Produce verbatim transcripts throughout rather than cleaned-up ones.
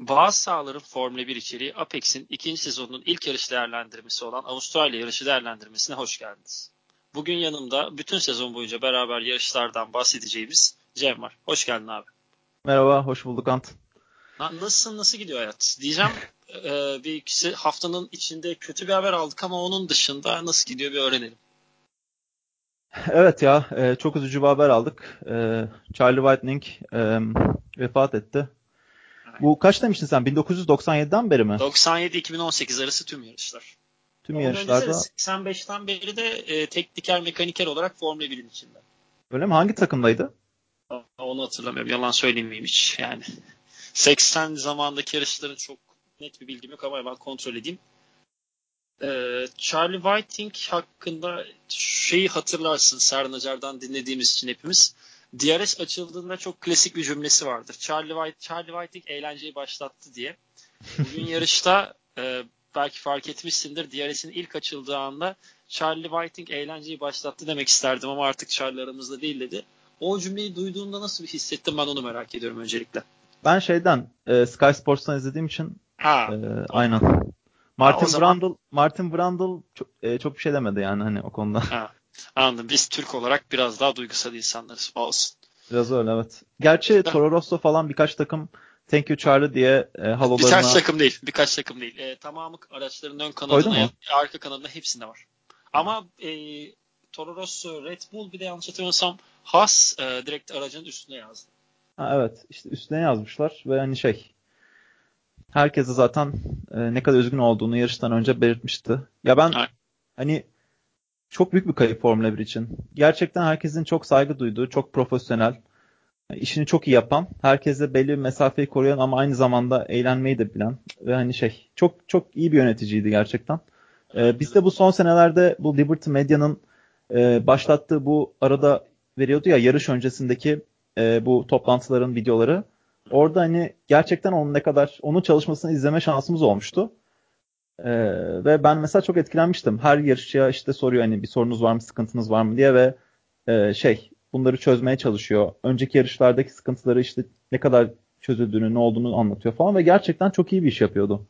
Bazı sahaların Formula bir içeriği Apex'in ikinci sezonunun ilk yarış değerlendirmesi olan Avustralya yarışı değerlendirmesine hoş geldiniz. Bugün yanımda bütün sezon boyunca beraber yarışlardan bahsedeceğimiz Cem var. Hoş geldin abi. Merhaba, hoş bulduk Ant. Nasılsın, nasıl gidiyor hayat? Diyeceğim e, bir ikisi haftanın içinde kötü bir haber aldık ama onun dışında nasıl gidiyor bir öğrenelim. Evet ya, e, çok üzücü bir haber aldık. E, Charlie Whiting e, vefat etti. Bu kaç demiştin sen? bin dokuz yüz doksan yediden beri mi? doksan yedi iki bin on sekiz arası tüm yarışlar. Tüm Onun öncesi de yarışlarda. seksen beşten beri de e, tekniker mekaniker olarak Formula birin içinde. Öyle mi? Hangi takımdaydı? Onu hatırlamıyorum. Yalan söylemeyeyim hiç. Yani seksen zamandaki yarışların çok net bir bilgim yok ama hemen kontrol edeyim. Ee, Charlie Whiting hakkında şeyi hatırlarsın. Serhan Acar'dan dinlediğimiz için hepimiz. D R S açıldığında çok klasik bir cümlesi vardır. Charlie, White, Charlie Whiting eğlenceyi başlattı diye. Bugün yarışta e, belki fark etmişsindir. D R S'in ilk açıldığı anda Charlie Whiting eğlenceyi başlattı demek isterdim ama artık Charlie aramızda değil dedi. O cümleyi duyduğunda nasıl bir hissettim ben onu merak ediyorum öncelikle. Ben şeyden, e, Sky Sports'tan izlediğim için e, Ha, aynen. ha o Martin zaman Brundle, Martin Brundle çok, e, çok bir şey demedi yani hani o konuda. ha, anladım. Biz Türk olarak biraz daha duygusal insanlarız. Olsun. Biraz öyle, evet. Gerçi Toro Rosso falan birkaç takım Thank you Charlie diye e, Birkaç halolarına takım değil. Birkaç takım değil. E, tamamı araçların ön koydu kanadına, mu? arka kanadına hepsinde var. Ama e, Toro Rosso, Red Bull bir de yanlış hatırlamıyorsam Haas e, direkt aracın üstüne yazdı. Ha, evet, işte üstüne yazmışlar ve hani şey, herkese zaten e, ne kadar üzgün olduğunu yarıştan önce belirtmişti. Ya ben Ha, hani çok büyük bir kayıp Formula bir için. Gerçekten herkesin çok saygı duyduğu, çok profesyonel, işini çok iyi yapan, herkese belli bir mesafeyi koruyan ama aynı zamanda eğlenmeyi de bilen ve hani şey, çok çok iyi bir yöneticiydi gerçekten. E, bence biz de. de bu son senelerde bu Liberty Media'nın e, başlattığı bu arada veriyordu ya yarış öncesindeki e, bu toplantıların videoları. Hı hı. Orada hani gerçekten onun ne kadar onun çalışmasını izleme şansımız olmuştu. Ee, ve ben mesela çok etkilenmiştim. Her yarışçıya işte soruyor hani bir sorunuz var mı, sıkıntınız var mı diye ve e, şey bunları çözmeye çalışıyor. Önceki yarışlardaki sıkıntıları işte ne kadar çözüldüğünü, ne olduğunu anlatıyor falan ve gerçekten çok iyi bir iş yapıyordu.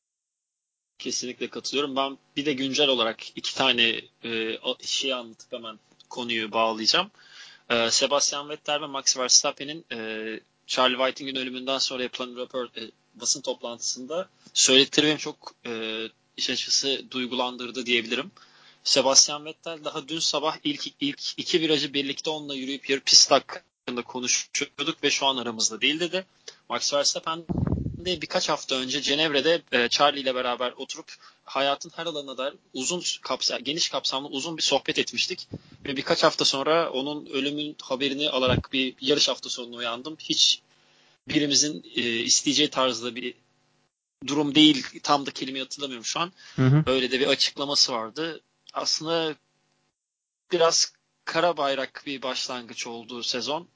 Kesinlikle katılıyorum. Ben bir de güncel olarak iki tane e, şeyi anlatıp hemen konuyu bağlayacağım. E, Sebastian Vettel ve Max Verstappen'in e, Charlie Whiting'in ölümünden sonra yapılan röport, e, basın toplantısında söyledikleri beni çok e, iş açısı duygulandırdı diyebilirim. Sebastian Vettel daha dün sabah ilk ilk iki virajı birlikte onunla yürüyüp yarı pist hakkında konuşuyorduk ve şu an aramızda değil dedi. Max Verstappen de birkaç hafta önce Cenevre'de e, Charlie ile beraber oturup hayatın her alanına dair uzun kapsa geniş kapsamlı uzun bir sohbet etmiştik. Ve birkaç hafta sonra onun ölümün haberini alarak bir yarış hafta sonuna uyandım. Hiç birimizin e, isteyeceği tarzda bir durum değil. Tam da kelimeyi hatırlamıyorum şu an. Hı hı. Öyle de bir açıklaması vardı. Aslında biraz kara bayrak bir başlangıç olduğu sezon.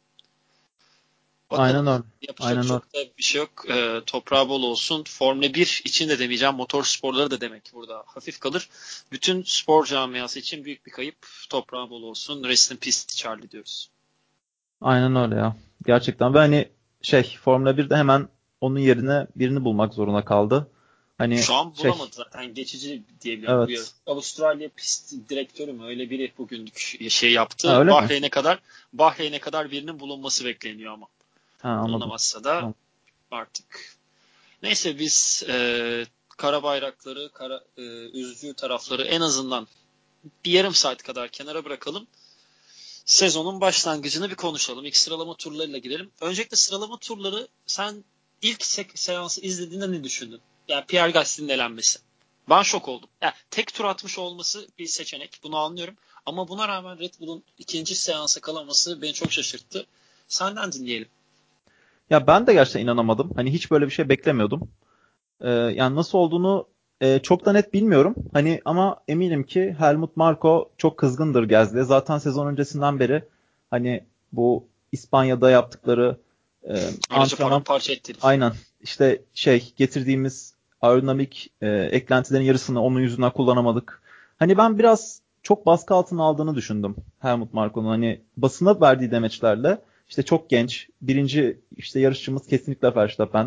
Aynen Bakalım öyle. yapacak Aynen öyle. çok da bir şey yok. Ee, toprağı bol olsun. Formula bir için de demeyeceğim. Motor sporları da demek burada hafif kalır. Bütün spor camiası için büyük bir kayıp. Toprağı bol olsun. Rest in peace Charlie diyoruz. Aynen öyle ya. Gerçekten ve hani şey Formula birde hemen onun yerine birini bulmak zorunda kaldı. Hani Şu an şey bulamadı zaten. Geçici diyebiliyorum bu yarış. evet. Avustralya pist direktörü mü? Öyle biri bugünlük şey Ha, yaptı. öyle mi? Bahreyn'e kadar Bahreyn'e kadar birinin bulunması bekleniyor ama. Ha, anladım. Bulunamazsa da Tamam. artık. Neyse biz e, kara bayrakları, kara, e, üzücü tarafları en azından bir yarım saat kadar kenara bırakalım. Sezonun başlangıcını bir konuşalım. İlk sıralama turlarıyla gidelim. Öncelikle sıralama turları sen ilk se- seansı izlediğinde ne düşündün? Yani Pierre Gasly'nin elenmesi. Ben şok oldum. Yani tek tur atmış olması bir seçenek. Bunu anlıyorum. Ama buna rağmen Red Bull'un ikinci seansa kalaması beni çok şaşırttı. Senden dinleyelim. Ya ben de gerçekten inanamadım. Hani hiç böyle bir şey beklemiyordum. Ee, yani nasıl olduğunu e, çok da net bilmiyorum. Hani ama eminim ki Helmut Marko çok kızgındır Gasly'e. Zaten sezon öncesinden beri hani bu İspanya'da yaptıkları e, Aracı antrenman paramparça etti herif ya. aynen işte şey getirdiğimiz aerodinamik e, eklentilerin yarısını onun yüzünden kullanamadık. Hani ben biraz çok baskı altına aldığını düşündüm Helmut Marko'nun. Hani basına verdiği demeçlerle işte çok genç birinci işte yarışçımız kesinlikle Verstappen.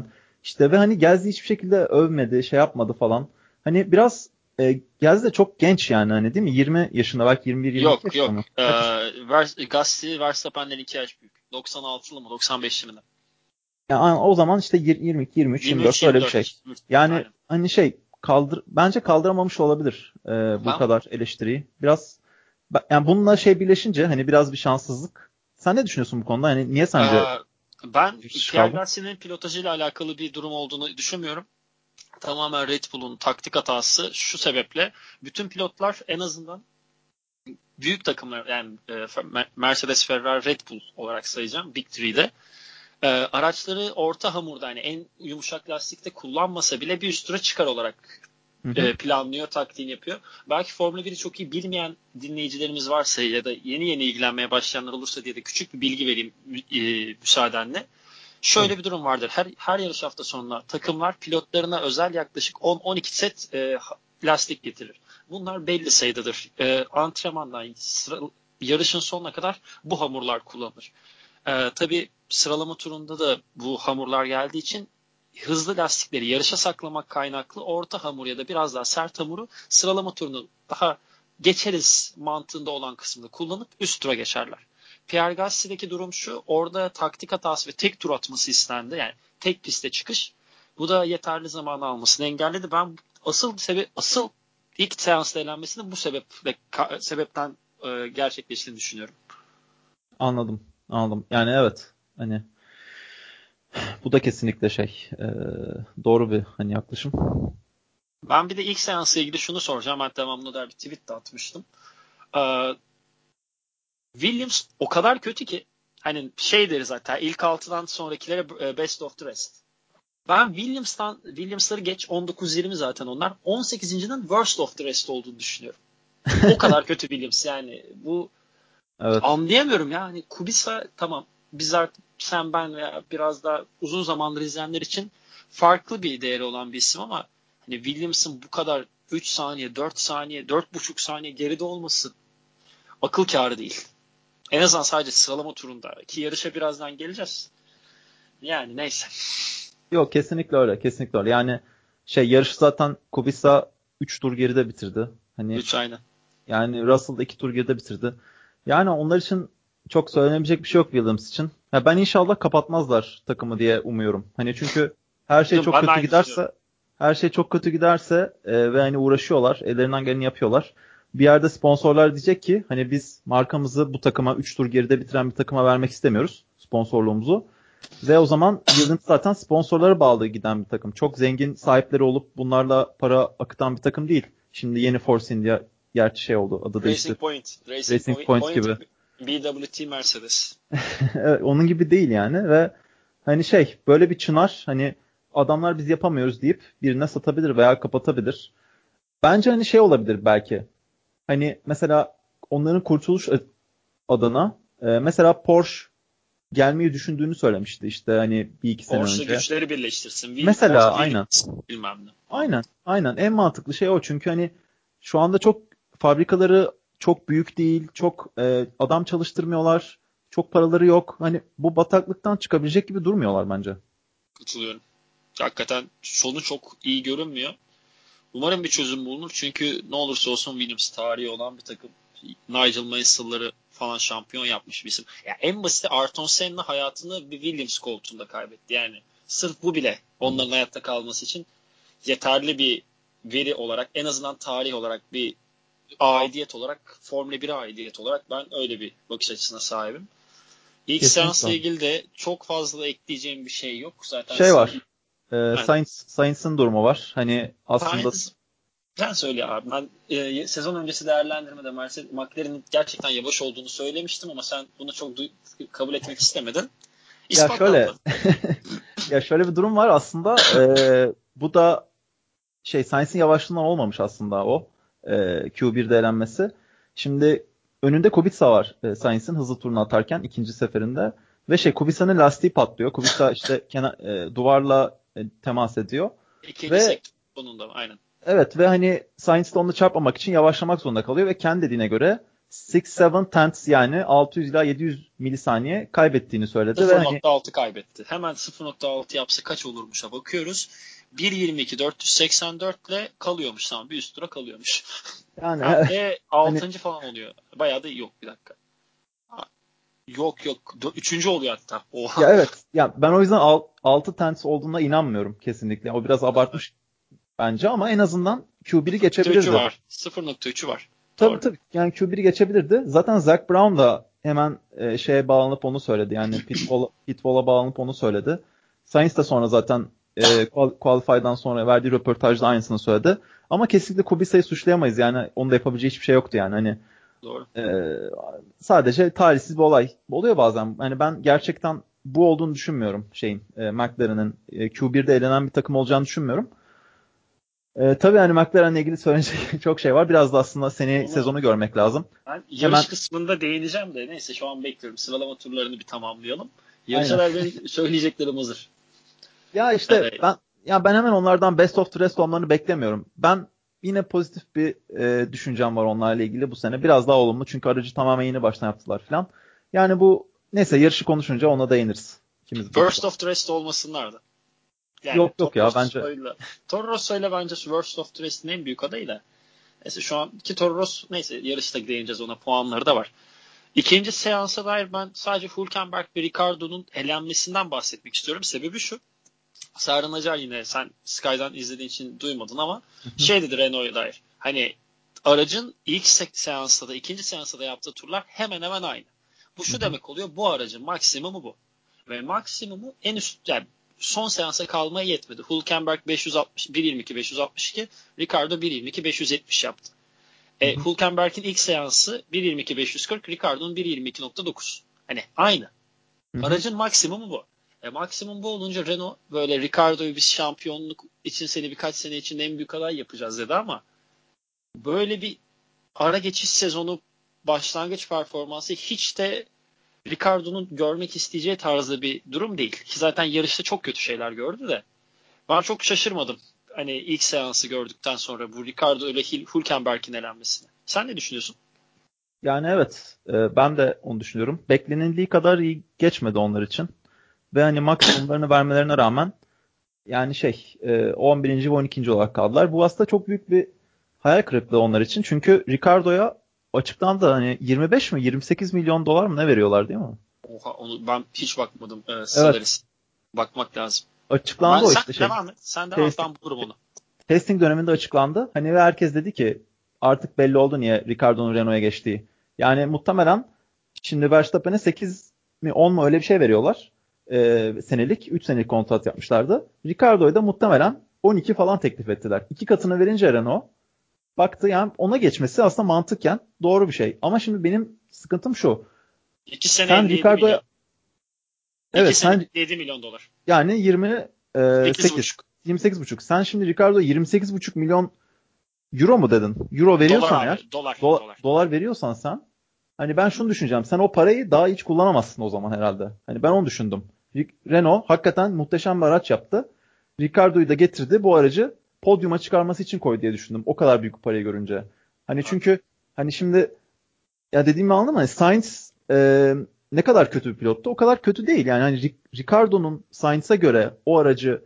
İşte ve hani Gasly hiçbir şekilde övmedi, şey yapmadı falan. Hani biraz e, Gasly de çok genç yani hani değil mi? yirmi yaşında, belki yirmi bir yirmi iki Yok yaşında yok. mı? Ee, Kaç yaş- Vers Gasly Verstappen'den iki yaş büyük. doksan altılı mı doksan beşli mi? Yani o zaman işte yirmi iki, yirmi üç, yirmi dört böyle bir şey. yirmi üç yirmi dört. Yani Aynen. hani şey kaldır bence kaldıramamış olabilir e, bu Ben kadar eleştiriyi. Biraz ben- yani bununla şey birleşince hani biraz bir şanssızlık. Sen ne düşünüyorsun bu konuda? Hani niye sence Ee, ben dışı Pierre kaldı? Gasly'nin pilotajıyla alakalı bir durum olduğunu düşünmüyorum. Tamamen Red Bull'un taktik hatası şu sebeple bütün pilotlar en azından büyük takımlar yani e, Mercedes, Ferrari, Red Bull olarak sayacağım Big Three'de e, araçları orta hamurda yani en yumuşak lastikte kullanmasa bile bir üst tura çıkar olarak Hı hı. e, planlıyor, taktiğini yapıyor. Belki Formula biri çok iyi bilmeyen dinleyicilerimiz varsa ya da yeni yeni ilgilenmeye başlayanlar olursa diye de küçük bir bilgi vereyim e, müsaadenle. Tabii. Şöyle bir durum vardır. Her her yarış hafta sonuna takımlar pilotlarına özel yaklaşık on on iki set e, lastik getirir. Bunlar belli sayıdadır. E, antrenmandan sıra, yarışın sonuna kadar bu hamurlar kullanılır. E, tabii sıralama turunda da bu hamurlar geldiği için hızlı lastikleri yarışa saklamak kaynaklı orta hamur ya da biraz daha sert hamuru sıralama turunu daha geçeriz mantığında olan kısmını kullanıp üst tura geçerler. Pierre Gasly'deki durum şu. Orada taktik hatası ve tek tur atması istendi. Yani tek piste çıkış. Bu da yeterli zaman almasını engelledi. Ben asıl sebep asıl ilk seansta elenmesinin bu sebeple sebepten e, gerçekleştiğini düşünüyorum. Anladım. Anladım. Yani evet. Hani bu da kesinlikle şey e, doğru bir hani yaklaşım. Ben bir de ilk seansla ilgili şunu soracağım. Ben devamlı der bir tweet de atmıştım. Ee, Williams o kadar kötü ki hani şey deriz zaten ilk altıdan sonrakilere e, best of the rest. Ben Williams'tan Williams'ları geç on dokuz yirmi zaten onlar. on sekizincinin worst of the rest olduğunu düşünüyorum. O kadar kötü Williams yani. Bu Evet. anlayamıyorum ya. Hani Kubica tamam biz artık sen ben veya biraz daha uzun zamandır izleyenler için farklı bir değeri olan bir isim ama hani Williams'ın bu kadar üç saniye, dört saniye, dört buçuk saniye geride olması akıl kârı değil. En azından sadece sıralama turunda ki yarışa birazdan geleceğiz. Yani neyse. Yok, kesinlikle öyle. Kesinlikle öyle. Yani şey yarış zaten Kubica üç tur geride bitirdi. Hani üç aynen. yani Russell da iki tur geride bitirdi. Yani onlar için çok söylenebilecek bir şey yok Williams için. Ya ben inşallah kapatmazlar takımı diye umuyorum. Hani çünkü her şey çok Ben kötü aynı düşünüyorum. giderse her şey çok kötü giderse e, ve hani uğraşıyorlar. Ellerinden geleni yapıyorlar. Bir yerde sponsorlar diyecek ki hani biz markamızı bu takıma üç tur geride bitiren bir takıma vermek istemiyoruz sponsorluğumuzu. Ve o zaman Williams zaten sponsorlara bağlı giden bir takım. Çok zengin sahipleri olup bunlarla para akıtan bir takım değil. Şimdi yeni Force India gerçi şey oldu, adı Racing değişti. Point. Racing Racing Point, Point Point gibi. B W T Mercedes. Evet, onun gibi değil yani ve hani şey böyle bir çınar hani adamlar biz yapamıyoruz deyip birine satabilir veya kapatabilir. Bence hani şey olabilir belki. Hani mesela onların kurtuluş adına e, mesela Porsche gelmeyi düşündüğünü söylemişti işte hani bir iki sene Porsche önce. güçleri birleştirsin. Will, Mesela Porsche aynen. Williams bilmem ne. Falan. Aynen. Aynen. En mantıklı şey o. Çünkü hani şu anda çok fabrikaları çok büyük değil. Çok e, adam çalıştırmıyorlar. Çok paraları yok. Hani bu bataklıktan çıkabilecek gibi durmuyorlar bence. Katılıyorum. Hakikaten sonu çok iyi görünmüyor. Umarım bir çözüm bulunur. Çünkü ne olursa olsun Williams tarihi olan bir takım. Nigel Mansell'ları falan şampiyon yapmış bir isim. Ya en basiti Ayrton Senna hayatını bir Williams koltuğunda kaybetti. Yani sırf bu bile onların hayatta kalması için yeterli bir veri olarak en azından tarih olarak bir aidiyet olarak Formula bire aidiyet olarak ben öyle bir bakış açısına sahibim. İlk seansla Kesinlikle. ilgili de çok fazla ekleyeceğim bir şey yok. Zaten Şey sen var. E, yani, Science, Science'ın durumu var. Hani aslında Sainz sen söyle abi. Ben e, sezon öncesi değerlendirmede Mercedes McLaren'in gerçekten yavaş olduğunu söylemiştim ama sen bunu çok du- kabul etmek istemedin. ya şöyle İspatlandı. ya şöyle bir durum var aslında. E, bu da şey Sainz'in yavaşlığından olmamış aslında o. E, Q birde elenmesi. Şimdi önünde Kubica var e, Sainz'in hızlı turunu atarken ikinci seferinde. Ve şey Kubica'nın lastiği patlıyor. Kubica işte kenar, e, duvarla e, temas ediyor. İkinci Ve sektorunda aynen. evet ve hani Sainz de onunla çarpmamak için yavaşlamak zorunda kalıyor ve kendi dediğine göre altı yedi tenths yani altı yüz ila yedi yüz milisaniye kaybettiğini söyledi ve hani sıfır nokta altı kaybetti. Hemen sıfır nokta altı yapsa kaç olurmuş'a bakıyoruz. bir yirmi iki dört yüz seksen dört ile kalıyormuş, tamam, bir üst tura kalıyormuş. yani Hem de hani altıncı falan oluyor. Bayağı da yok, bir dakika. Yok yok. Üçüncü oluyor hatta. Oha. ya evet ya ben o yüzden altı tenths olduğuna inanmıyorum kesinlikle. O biraz abartmış bence ama en azından Q bir'i sıfır nokta üçü geçebilirdi. var. sıfır nokta üçü var. Tabii Doğru. tabii. Yani Q bir'i geçebilirdi. Zaten Zach Brown da hemen e, şeye bağlanıp onu söyledi. Yani Pitbull, Pitbull'a bağlanıp onu söyledi. Sainz de sonra zaten e, Qualify'dan sonra verdiği röportajda aynısını söyledi. Ama kesinlikle Kubica'yı suçlayamayız. Yani onun da yapabileceği hiçbir şey yoktu yani. Hani Doğru. e, sadece talihsiz bir olay. Oluyor bazen. Yani ben gerçekten bu olduğunu düşünmüyorum şeyin. E, McLaren'ın e, Q bir'de elenen bir takım olacağını düşünmüyorum. Ee, tabii hani McLaren'le ilgili söyleyecek çok şey var. Biraz da aslında seni Onu sezonu görmek lazım. ben yarış Hemen kısmında değineceğim de neyse, şu an bekliyorum. Sıralama turlarını bir tamamlayalım. aynen. Yarışa dair benim söyleyeceklerim hazır. Ya işte Ee, ben ya ben hemen onlardan best of the rest olmalarını beklemiyorum. Ben yine pozitif bir e, düşüncem var onlarla ilgili bu sene. Biraz daha olumlu çünkü aracı tamamen yeni baştan yaptılar falan. Yani bu neyse yarışı konuşunca ona değiniriz. İkimiz birlikte. Worst of the rest olmasınlar da. Yani Yok yok Toro ya bence Rosso'yla Toro Rosso'yla bence Worst of the Rest'in en büyük adayı da. Neyse şu anki Toro Rosso, neyse yarışta değineceğiz ona, puanları da var. İkinci seansa dair ben sadece Hülkenberg ve Ricardo'nun elenmesinden bahsetmek istiyorum. Sebebi şu. Serhan Acar, yine sen Sky'dan izlediğin için duymadın ama şey dedi Renault'a dair. Hani aracın ilk seansta da ikinci seansta da yaptığı turlar hemen hemen aynı. Bu şu demek oluyor. Bu aracın maksimumu bu. Ve maksimumu en üst, yani son seansa kalmaya yetmedi. Hülkenberg beş yüz altmış, bir yirmi iki beş yüz altmış iki, Ricardo bir yirmi iki beş yüz yetmiş yaptı. E, Hülkenberg'in ilk seansı bir yirmi iki beş yüz kırk, Ricardo'nun bir yirmi iki nokta dokuz. Hani aynı. Aracın maksimumu bu. E, maksimum bu olunca Renault böyle Ricardo'yu biz şampiyonluk için seni birkaç sene içinde en büyük aday yapacağız dedi ama böyle bir ara geçiş sezonu başlangıç performansı hiç de Ricardo'nun görmek isteyeceği tarzda bir durum değil. Ki zaten yarışta çok kötü şeyler gördü de. Ben çok şaşırmadım. Hani ilk seansı gördükten sonra bu Ricardo ile Hülkenberg'in elenmesine. Sen ne düşünüyorsun? yani evet e, ben de onu düşünüyorum. Beklenildiği kadar iyi geçmedi onlar için. Ve hani maksimumlarını vermelerine rağmen yani şey e, on birinci ve on ikinci olarak kaldılar. Bu aslında çok büyük bir hayal kırıklığı onlar için. Çünkü Ricardo'ya açıklandı hani yirmi beş mi yirmi sekiz milyon dolar mı ne veriyorlar değil mi? Oha, onu ben hiç bakmadım. Ee, Evet. Salaris. Bakmak lazım. Ben Açıklandı o sen işte şey. devam et. Sen devam et. Testing, Ben bulurum onu. testing döneminde açıklandı. Hani ve herkes dedi ki artık belli oldu niye Ricardo'nun Renault'a geçtiği. Yani muhtemelen şimdi Verstappen'e sekiz mi on mu öyle bir şey veriyorlar. Ee, senelik. üç senelik kontrat yapmışlardı. Ricardo'ya da muhtemelen on iki falan teklif ettiler. İki katını verince Renault baktı yani ona geçmesi aslında mantıken doğru bir şey. Ama şimdi benim sıkıntım şu. İki sene Sen elli yedi milyon. Ricardo'ya İki evet sene sen elli yedi milyon dolar. yani yirmi Sekiz sekiz buçuk. yirmi sekiz buçuk. Sen şimdi Ricardo'ya yirmi sekiz buçuk milyon euro mu dedin? Euro Dolar veriyorsan eğer abi. Dolar. do- Dolar. dolar veriyorsan sen hani ben şunu düşüneceğim. Sen o parayı daha hiç kullanamazsın o zaman herhalde. Hani ben onu düşündüm. Renault hakikaten muhteşem bir araç yaptı. Ricardo'yu da getirdi. Bu aracı podyuma çıkarması için koy diye düşündüm. O kadar büyük parayı görünce. Hani çünkü hani şimdi ya dediğimi anladın mı? Hani Sainz e, ne kadar kötü bir pilottu. O kadar kötü değil. Yani hani Ricardo'nun Sainz'e göre o aracı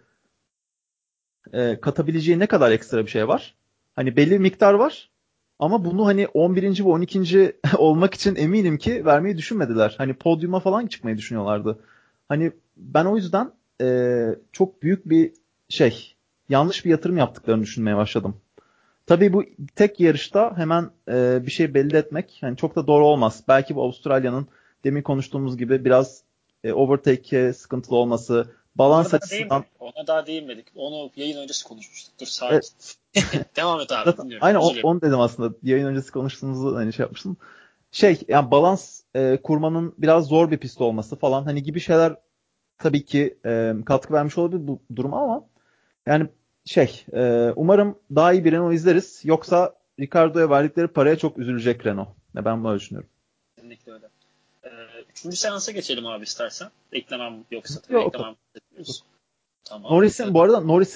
e, katabileceği ne kadar ekstra bir şey var? Hani belli bir miktar var. Ama bunu hani on birinci ve on ikinci olmak için eminim ki vermeyi düşünmediler. Hani podyuma falan çıkmayı düşünüyorlardı. Hani ben o yüzden e, çok büyük bir şey, yanlış bir yatırım yaptıklarını düşünmeye başladım. Tabii bu tek yarışta hemen e, bir şey belli etmek hani çok da doğru olmaz. Belki bu Avustralya'nın demin konuştuğumuz gibi biraz e, overtake'e sıkıntılı olması, Ona balans daha açısından değinmedik. Ona daha değinmedik. Onu yayın öncesi konuşmuştuk. Dur, e, sakin. Devam et abi. zaten Dinliyorum. aynen o- Özür dilerim. onu dedim aslında. Yayın öncesi konuştuğumuzu hani şey yapmıştım. Şey yani balans e, kurmanın biraz zor bir pist olması falan hani gibi şeyler tabii ki e, katkı vermiş olabilir bu duruma ama yani şey e, umarım daha iyi bir Renault izleriz. Yoksa Ricardo'ya verdikleri paraya çok üzülecek Renault. Ya ben böyle düşünüyorum. Kesinlikle öyle. Ee, üçüncü seansa geçelim abi istersen. Eklemem yoksa tabii. Yok. Eklemem. Tamam. Ee, Norris'in bu arada Norris'in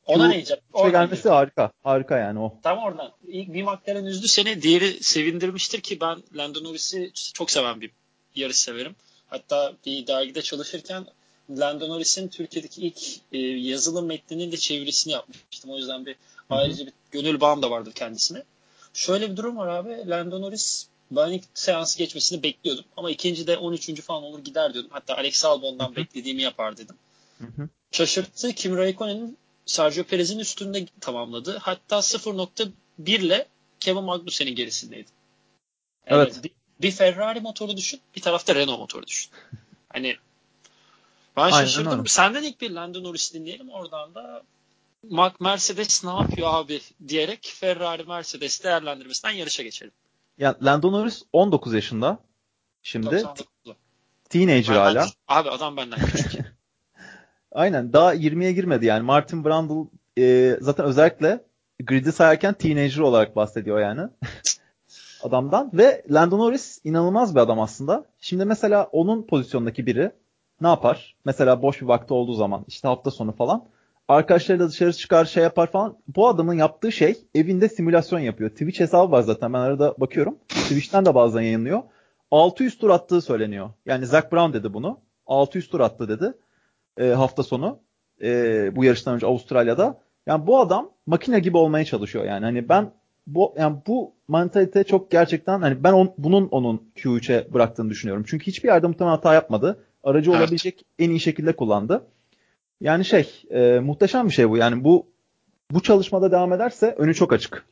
Ona ne diyeceğim? Q üçe gelmesi diyor. harika. Harika yani o. Tam oradan. İlk bir McLaren üzdü seni. Diğeri sevindirmiştir ki ben Lando Norris'i çok seven bir yarış severim. Hatta bir dergide çalışırken Lando Norris'in Türkiye'deki ilk e, yazılı metninin de çevirisini yapmıştım. O yüzden bir Hı-hı. ayrıca bir gönül bağım da vardır kendisine. Şöyle bir durum var abi. Lando Norris, ben ilk seansı geçmesini bekliyordum. Ama ikinci de on üçüncü falan olur gider diyordum. Hatta Alex Albon'dan Hı-hı. beklediğimi yapar dedim. Hı-hı. Şaşırttı. Kimi Raikkonen'in Sergio Perez'in üstünde tamamladı. Hatta sıfır nokta bir ile Kevin Magnussen'in gerisindeydi. Yani evet. Bir, bir Ferrari motoru düşün, bir tarafta Renault motoru düşün. Hani ben Aynen şaşırdım. Öyle. Senden ilk bir Lando Norris dinleyelim. Oradan da Mercedes ne yapıyor abi diyerek Ferrari Mercedes değerlendirmesinden yarışa geçelim. Ya Lando Norris on dokuz yaşında. Şimdi doksan dokuzlu. Teenager benden hala. Küçük. Abi adam benden küçük. Aynen. Daha yirmiye girmedi yani. Martin Brundle e, zaten özellikle grid'i sayarken teenager olarak bahsediyor yani. Adamdan ve Lando Norris inanılmaz bir adam aslında. Şimdi mesela onun pozisyondaki biri ne yapar? Mesela boş bir vakti olduğu zaman işte hafta sonu falan arkadaşlarıyla dışarı çıkar şey yapar falan. Bu adamın yaptığı şey evinde simülasyon yapıyor. Twitch hesabı var zaten ben arada bakıyorum. Twitch'ten de bazen yayınlıyor. altı yüz tur attığı söyleniyor. Yani Zac Brown dedi bunu. altı yüz tur attı dedi e, hafta sonu e, bu yarıştan önce Avustralya'da. Yani bu adam makine gibi olmaya çalışıyor yani. Hani ben bu yani bu mantalite çok gerçekten hani ben on, bunun onun Q üçe bıraktığını düşünüyorum. Çünkü hiçbir yerde muhtemelen hata yapmadı. Aracı evet. olabilecek en iyi şekilde kullandı. Yani şey e, muhteşem bir şey bu. Yani bu bu çalışmada devam ederse önü çok açık.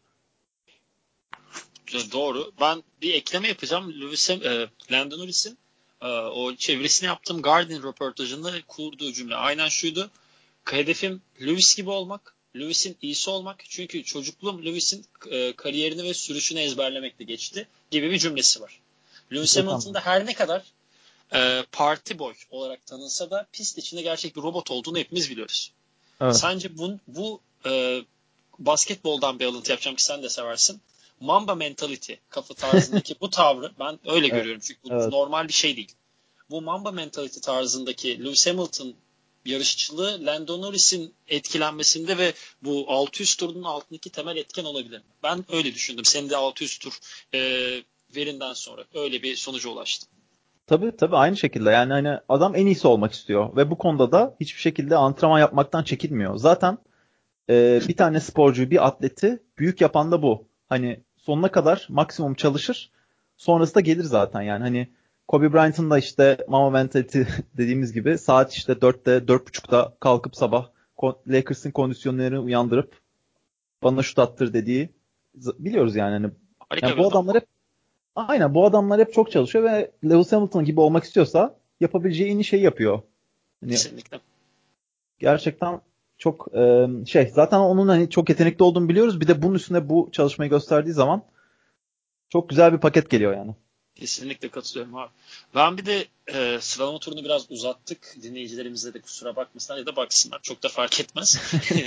Doğru. Ben bir ekleme yapacağım. Lewis, e, Lando Norris'in e, o çevirisini yaptığım Guardian röportajında kurduğu cümle aynen şuydu. Hedefim Lewis gibi olmak. Lewis'in iyisi olmak. Çünkü çocukluğum Lewis'in e, kariyerini ve sürüşünü ezberlemekle geçti gibi bir cümlesi var. Lewis Hamilton'da her ne kadar e, party boy olarak tanınsa da pist içinde gerçek bir robot olduğunu hepimiz biliyoruz. Evet. Sence bu, bu e, basketboldan bir alıntı yapacağım ki sen de seversin. Mamba mentality kafa tarzındaki bu tavrı ben öyle evet. görüyorum. Çünkü bu evet. normal bir şey değil. Bu Mamba mentality tarzındaki Lewis Hamilton yarışçılığı Lando Norris'in etkilenmesinde ve bu altı yüz turun altındaki temel etken olabilir mi? Ben öyle düşündüm. Senin de altı yüz tur e, verinden sonra öyle bir sonuca ulaştım. Tabii tabii aynı şekilde yani hani adam en iyisi olmak istiyor ve bu konuda da hiçbir şekilde antrenman yapmaktan çekinmiyor. Zaten e, bir tane sporcuyu bir atleti büyük yapan da bu. Hani sonuna kadar maksimum çalışır sonrası da gelir zaten yani hani Kobe Bryant'ın da işte Mama Mentality dediğimiz gibi saat işte dörtte dört buçukta kalkıp sabah Lakers'ın kondisyonerini uyandırıp bana şut attır dediği biliyoruz yani. Hani, yani bu adamlar hep aynen bu adamlar hep çok çalışıyor ve Lewis Hamilton gibi olmak istiyorsa yapabileceği en iyi şeyi yapıyor. Yani kesinlikle. Gerçekten çok e, şey zaten onun hani çok yetenekli olduğunu biliyoruz. Bir de bunun üstüne bu çalışmayı gösterdiği zaman çok güzel bir paket geliyor yani. Kesinlikle katılıyorum abi. Ben bir de e, sıralama turunu biraz uzattık. Dinleyicilerimize de kusura bakmasınlar ya da baksınlar. Çok da fark etmez.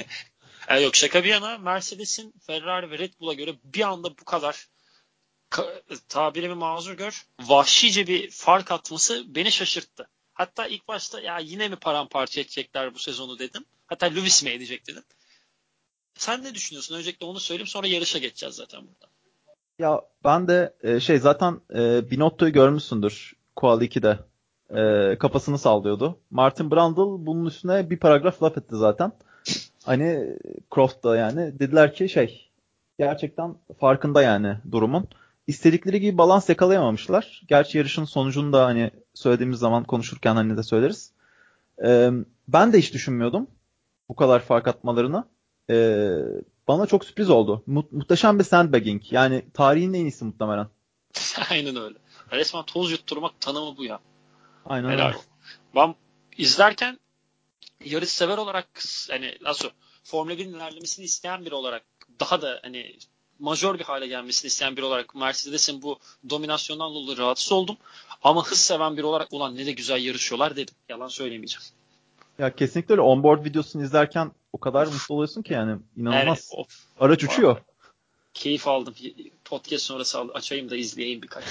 e, yok şaka bir yana Mercedes'in Ferrari ve Red Bull'a göre bir anda bu kadar ka- tabirimi mazur gör vahşice bir fark atması beni şaşırttı. Hatta ilk başta ya yine mi paramparça edecekler bu sezonu dedim. Hatta Lewis mi edecek dedim. Sen ne düşünüyorsun? Öncelikle onu söyleyeyim sonra yarışa geçeceğiz zaten buradan. Ya ben de e, şey zaten e, Binotto'yu görmüşsündür Quali ikide. E, kafasını sallıyordu. Martin Brundle bunun üstüne bir paragraf laf etti zaten. Hani Croft da yani dediler ki şey gerçekten farkında yani durumun. İstedikleri gibi balans yakalayamamışlar. Gerçi yarışın sonucunu da hani söylediğimiz zaman konuşurken hani de söyleriz. Ee, ben de hiç düşünmüyordum bu kadar fark atmalarını. Ee, bana çok sürpriz oldu. Mu- muhteşem bir sandbagging. Yani tarihin en iyisi muhtemelen. Aynen öyle. Resmen toz yutturmak tanımı bu ya. Aynen Helal. öyle. Ben izlerken yarış sever olarak hani nasıl Formula bir'in ilerlemesini isteyen biri olarak daha da hani majör bir hale gelmesini isteyen biri olarak Mercedes'in bu dominasyondan dolayı rahatsız oldum. Ama hız seven biri olarak ulan ne de güzel yarışıyorlar dedim. Yalan söylemeyeceğim. Ya kesinlikle öyle. Onboard videosunu izlerken o kadar of. mutlu oluyorsun ki yani inanılmaz. Evet, of. Araç uçuyor. Keyif aldım. Podcast sonrası açayım da izleyeyim birkaç.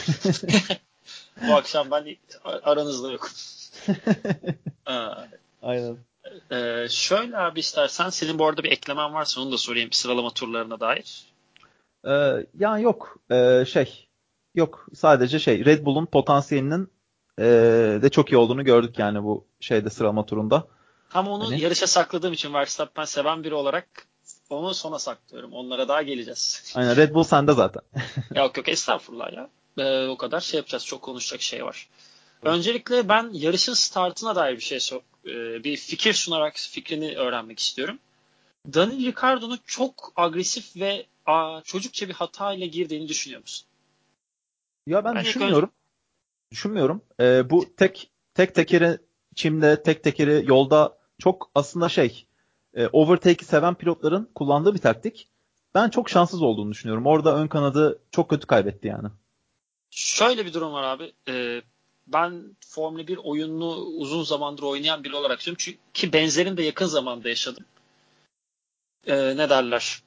Bu akşam ben aranızda yokum. Aynen. Ee, şöyle abi istersen senin bu arada bir eklemen varsa onu da sorayım sıralama turlarına dair. Ee, yani yok ee, şey yok sadece şey Red Bull'un potansiyelinin ee, de çok iyi olduğunu gördük yani bu şeyde sıralama turunda. Tam onu Hani yarışa sakladığım için Verstappen seven biri olarak onu sona saklıyorum. Onlara daha geleceğiz. aynen Red Bull sende zaten. Yok yok estağfurullah ya. Ee, o kadar şey yapacağız. Çok konuşacak şey var. Öncelikle ben yarışın startına dair bir şey sor, e, bir fikir sunarak fikrini öğrenmek istiyorum. Daniel Ricciardo'nun çok agresif ve aa, çocukça bir hata ile girdiğini düşünüyor musun? Ya ben Ben ilk önce düşünmüyorum. Düşünmüyorum. Ee, bu tek tek tekeri çimde, tek tekeri yolda çok aslında şey e, overtake'i seven pilotların kullandığı bir taktik. Ben çok şanssız olduğunu düşünüyorum. Orada ön kanadı çok kötü kaybetti yani. şöyle bir durum var abi. Ee, ben Formula bir oyununu uzun zamandır oynayan biri olarak söylüyorum. Çünkü benzerini de yakın zamanda yaşadım. Ee, ne derler?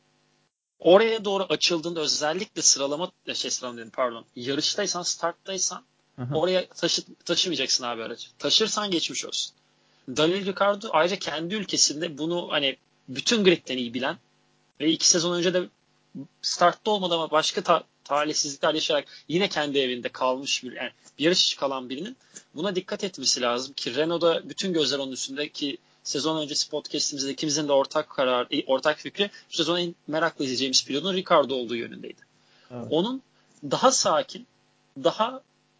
Oraya doğru açıldığında özellikle sıralama şey sıralama dedim, pardon. Yarıştaysan, starttaysan Hı hı. oraya taşı, taşımayacaksın abi aracı. Taşırsan geçmiş olsun. Daniel Ricciardo ayrıca kendi ülkesinde bunu hani bütün gridden iyi bilen ve iki sezon önce de startta olmadan ama başka ta- talihsizlikler yaşayarak yine kendi evinde kalmış bir yani bir yarış içi kalan birinin buna dikkat etmesi lazım ki Renault'da bütün gözler onun üstünde ki sezon öncesi podcast'imizde ikimizin de ortak karar, ortak fikri bu sezon en merakla izleyeceğimiz pilotun Ricardo olduğu yönündeydi. Evet. Onun daha sakin, daha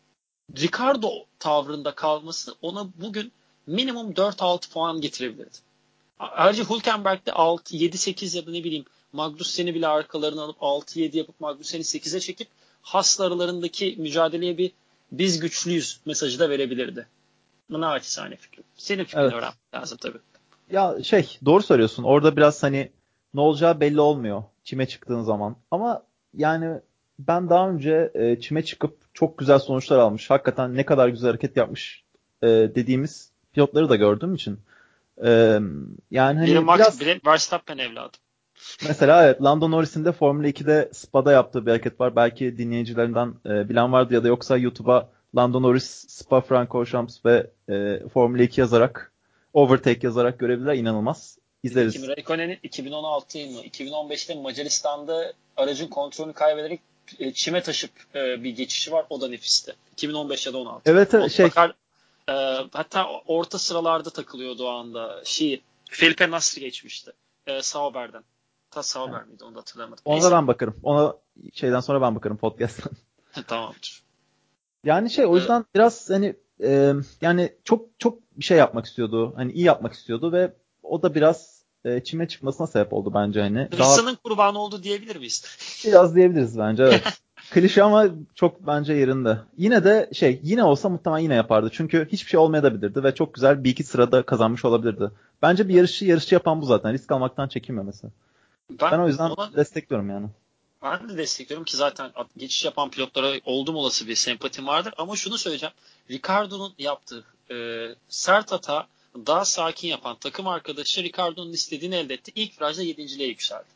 Ricardo tavrında kalması ona bugün minimum dört altı puan getirebilirdi. Ayrıca Hülkenberg'de altı yedi sekiz ya da ne bileyim Magnussen'i bile arkalarına alıp altı yedi yapıp Magnussen'i sekize çekip Haas aralarındaki mücadeleye bir biz güçlüyüz mesajı da verebilirdi. Bu naçizane fikrim. Senin fikrini Evet. öğrenmek lazım tabii. Ya şey doğru söylüyorsun. Orada biraz hani ne olacağı belli olmuyor çime çıktığın zaman. Ama yani ben daha önce e, çime çıkıp çok güzel sonuçlar almış. Hakikaten ne kadar güzel hareket yapmış e, dediğimiz pilotları da gördüğüm için. E, yani Biri hani Max, biraz biri Verstappen evladım. mesela evet Lando Norris'in de Formula ikide Spa'da yaptığı bir hareket var. Belki dinleyicilerinden e, bilen vardı ya da yoksa YouTube'a Lando Norris, Spa Francorchamps ve e, Formula iki yazarak overtake yazarak görebilirler. İnanılmaz. Bir de Kimi İzleriz. Räikkönen'in iki bin on altı mı iki bin on beşte Macaristan'da aracın kontrolünü kaybederek e, çime taşıp e, bir geçişi var. O da nefisti. iki bin on beş ya da on altı. Evet evet, şey Mutlaka e, hatta orta sıralarda takılıyordu o anda. Şey, Felipe Nasr geçmişti. E, Sauber'den. Ta Sauber miydi? Onu da hatırlamadım. ona da Neyse. ben bakarım. Ona şeyden sonra ben bakarım podcast'tan. Tamamdır. Yani şey o E, yüzden biraz hani e, yani çok çok bir şey yapmak istiyordu. Hani iyi yapmak istiyordu ve o da biraz e, çime çıkmasına sebep oldu bence hani. Daha hırsının kurbanı oldu diyebilir miyiz? biraz diyebiliriz bence evet. Klişe ama çok bence yerinde. Yine de şey yine olsa muhtemelen yine yapardı. Çünkü hiçbir şey olmayabilirdi ve çok güzel bir iki sırada kazanmış olabilirdi. Bence bir yarışı yarışçı yapan bu zaten. Risk almaktan çekinmemesi. Ben Ben o yüzden ona destekliyorum yani. Ben de destekliyorum ki zaten geçiş yapan pilotlara oldum olası bir sempatim vardır. Ama şunu söyleyeceğim. Ricardo'nun yaptığı e, sert hata daha sakin yapan takım arkadaşı Ricardo'nun istediğini elde etti. İlk virajda yedinciliğe yükseldi.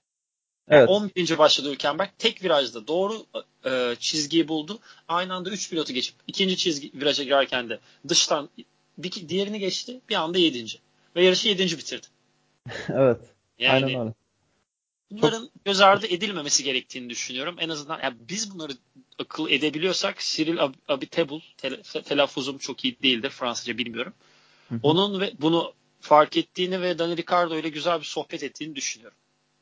Yani Evet. on birinci başladı Hülkenberg. Tek virajda doğru e, çizgiyi buldu. Aynı anda üç pilotu geçip ikinci çizgi viraja girerken de dıştan bir, diğerini geçti. Bir anda yedinci. Ve yarışı yedinci bitirdi. Evet. Aynen Yani öyle. Çok bunların göz ardı edilmemesi gerektiğini düşünüyorum. En azından yani biz bunları akıl edebiliyorsak Cyril Ab- Abiteboul, tel- telaffuzum çok iyi değildir. Fransızca bilmiyorum. Hı hı. Onun ve bunu fark ettiğini ve Dani Ricciardo ile güzel bir sohbet ettiğini düşünüyorum.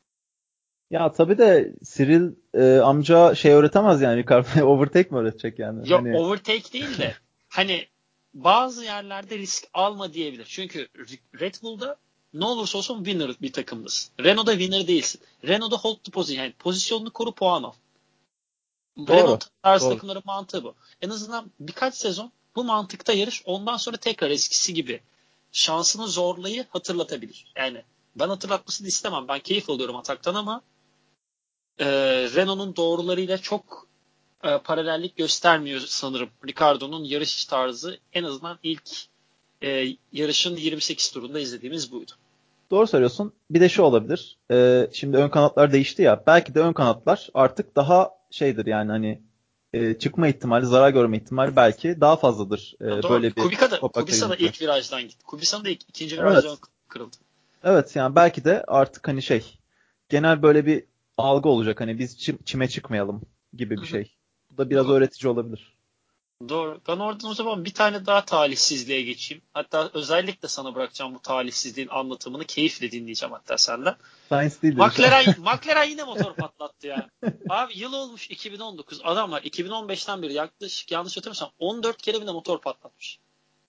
Ya tabii de Cyril e, amca şey öğretemez yani Ricardo'ya overtake mi öğretecek yani? Yok Hani overtake değil de hani bazı yerlerde risk alma diyebilir. Çünkü Red Bull'da ne olursa olsun winner bir takımdasın. Renault'da winner değilsin. Renault'da hold the position yani pozisyonunu koru puan al. doğru. Renault tarzı Doğru. takımların mantığı bu. En azından birkaç sezon bu mantıkta yarış ondan sonra tekrar eskisi gibi şansını zorlayı hatırlatabilir. Yani ben hatırlatmasını istemem. Ben keyif alıyorum ataktan ama e, Renault'un doğrularıyla çok e, paralellik göstermiyor sanırım. Ricardo'nun yarış tarzı en azından ilk e, yarışın yirmi sekiz turunda izlediğimiz buydu. Doğru söylüyorsun. Bir de şu olabilir. E, şimdi ön kanatlar değişti ya. Belki de ön kanatlar artık daha şeydir yani hani e, çıkma ihtimali, zarar görme ihtimali belki daha fazladır. E, Ya doğru. böyle bir Kubica da, topak Kubica da gelince. ilk virajdan gitti. Kubica'nın da ilk, ikinci virajdan Evet. kırıldı. Evet yani belki de artık hani şey genel böyle bir algı olacak. Hani biz çim- çime çıkmayalım gibi Hı bir hı. şey. Bu da biraz Doğru. öğretici olabilir. Doğru. Ben oradan o zaman bir tane daha talihsizliğe geçeyim. Hatta özellikle sana bırakacağım bu talihsizliğin anlatımını. Keyifle dinleyeceğim hatta senden. Science değildir inşallah. McLaren, McLaren yine motor patlattı ya. Abi yıl olmuş iki bin on dokuz. Adamlar iki bin on beşten beri yaklaşık yanlış hatırlamıyorsam on dört kere bile motor patlatmış.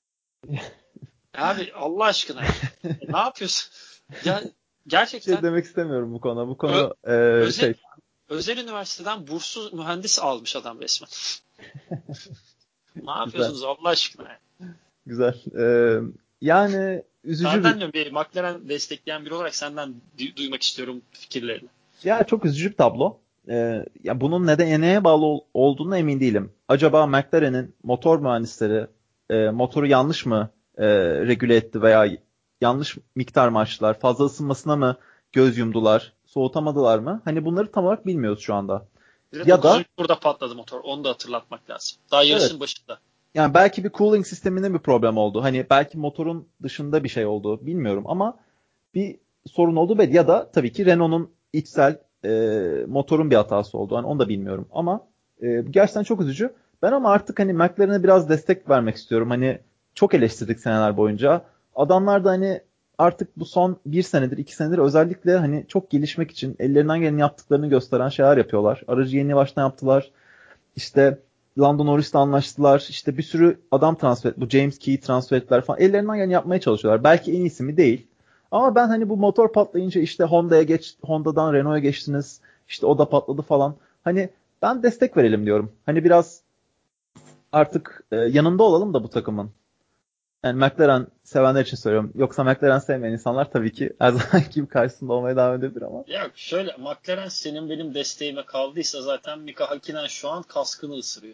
Abi Allah aşkına ya. E, ne yapıyorsun? Ya Bir şey gerçekten demek istemiyorum bu konu. Bu ö- konu e, özel şey özel üniversiteden burslu mühendis almış adam resmen. Ne güzel. yapıyorsunuz Allah aşkına ya? Güzel. E, yani üzücü bir Senden de bir McLaren destekleyen biri olarak senden du- duymak istiyorum fikirlerini. ya çok üzücü bir tablo. E, ya bunun neden neye bağlı ol- olduğuna emin değilim. Acaba McLaren'in motor mühendisleri e, motoru yanlış mı e, regüle etti veya yanlış miktar mı açtılar? Fazla ısınmasına mı göz yumdular? Soğutamadılar mı? Hani bunları tam olarak bilmiyoruz şu anda. Bir de Ya da dokuzuncu turda patladı motor. Onu da hatırlatmak lazım. Daha evet. yarışın başında. Yani belki bir cooling sisteminde bir problem oldu. Hani belki motorun dışında bir şey oldu. Bilmiyorum ama bir sorun oldu belli. Ya da tabii ki Renault'un içsel e, motorun bir hatası oldu. Hani onu da bilmiyorum. Ama e, gerçekten çok üzücü. Ben ama artık hani McLaren'e biraz destek vermek istiyorum. Hani çok eleştirdik seneler boyunca. Adamlar da hani artık bu son bir senedir, iki senedir özellikle hani çok gelişmek için ellerinden geleni yaptıklarını gösteren şeyler yapıyorlar. Aracı yeni baştan yaptılar. İşte Lando Norris'le anlaştılar. İşte bir sürü adam transfer, bu James Key transfer ettiler falan. Ellerinden geleni yapmaya çalışıyorlar. Belki en iyisi mi değil. Ama ben hani bu motor patlayınca işte Honda'ya geç, Honda'dan Renault'a geçtiniz. İşte o da patladı falan. Hani ben destek verelim diyorum. Hani biraz artık e, yanında olalım da bu takımın. Yani McLaren sevenler için söylüyorum. Yoksa McLaren sevmeyen insanlar tabii ki her zaman gibi karşısında olmaya devam edebilir ama. Ya şöyle McLaren senin benim desteğime kaldıysa zaten Mika Hakkinen şu an kaskını ısırıyor.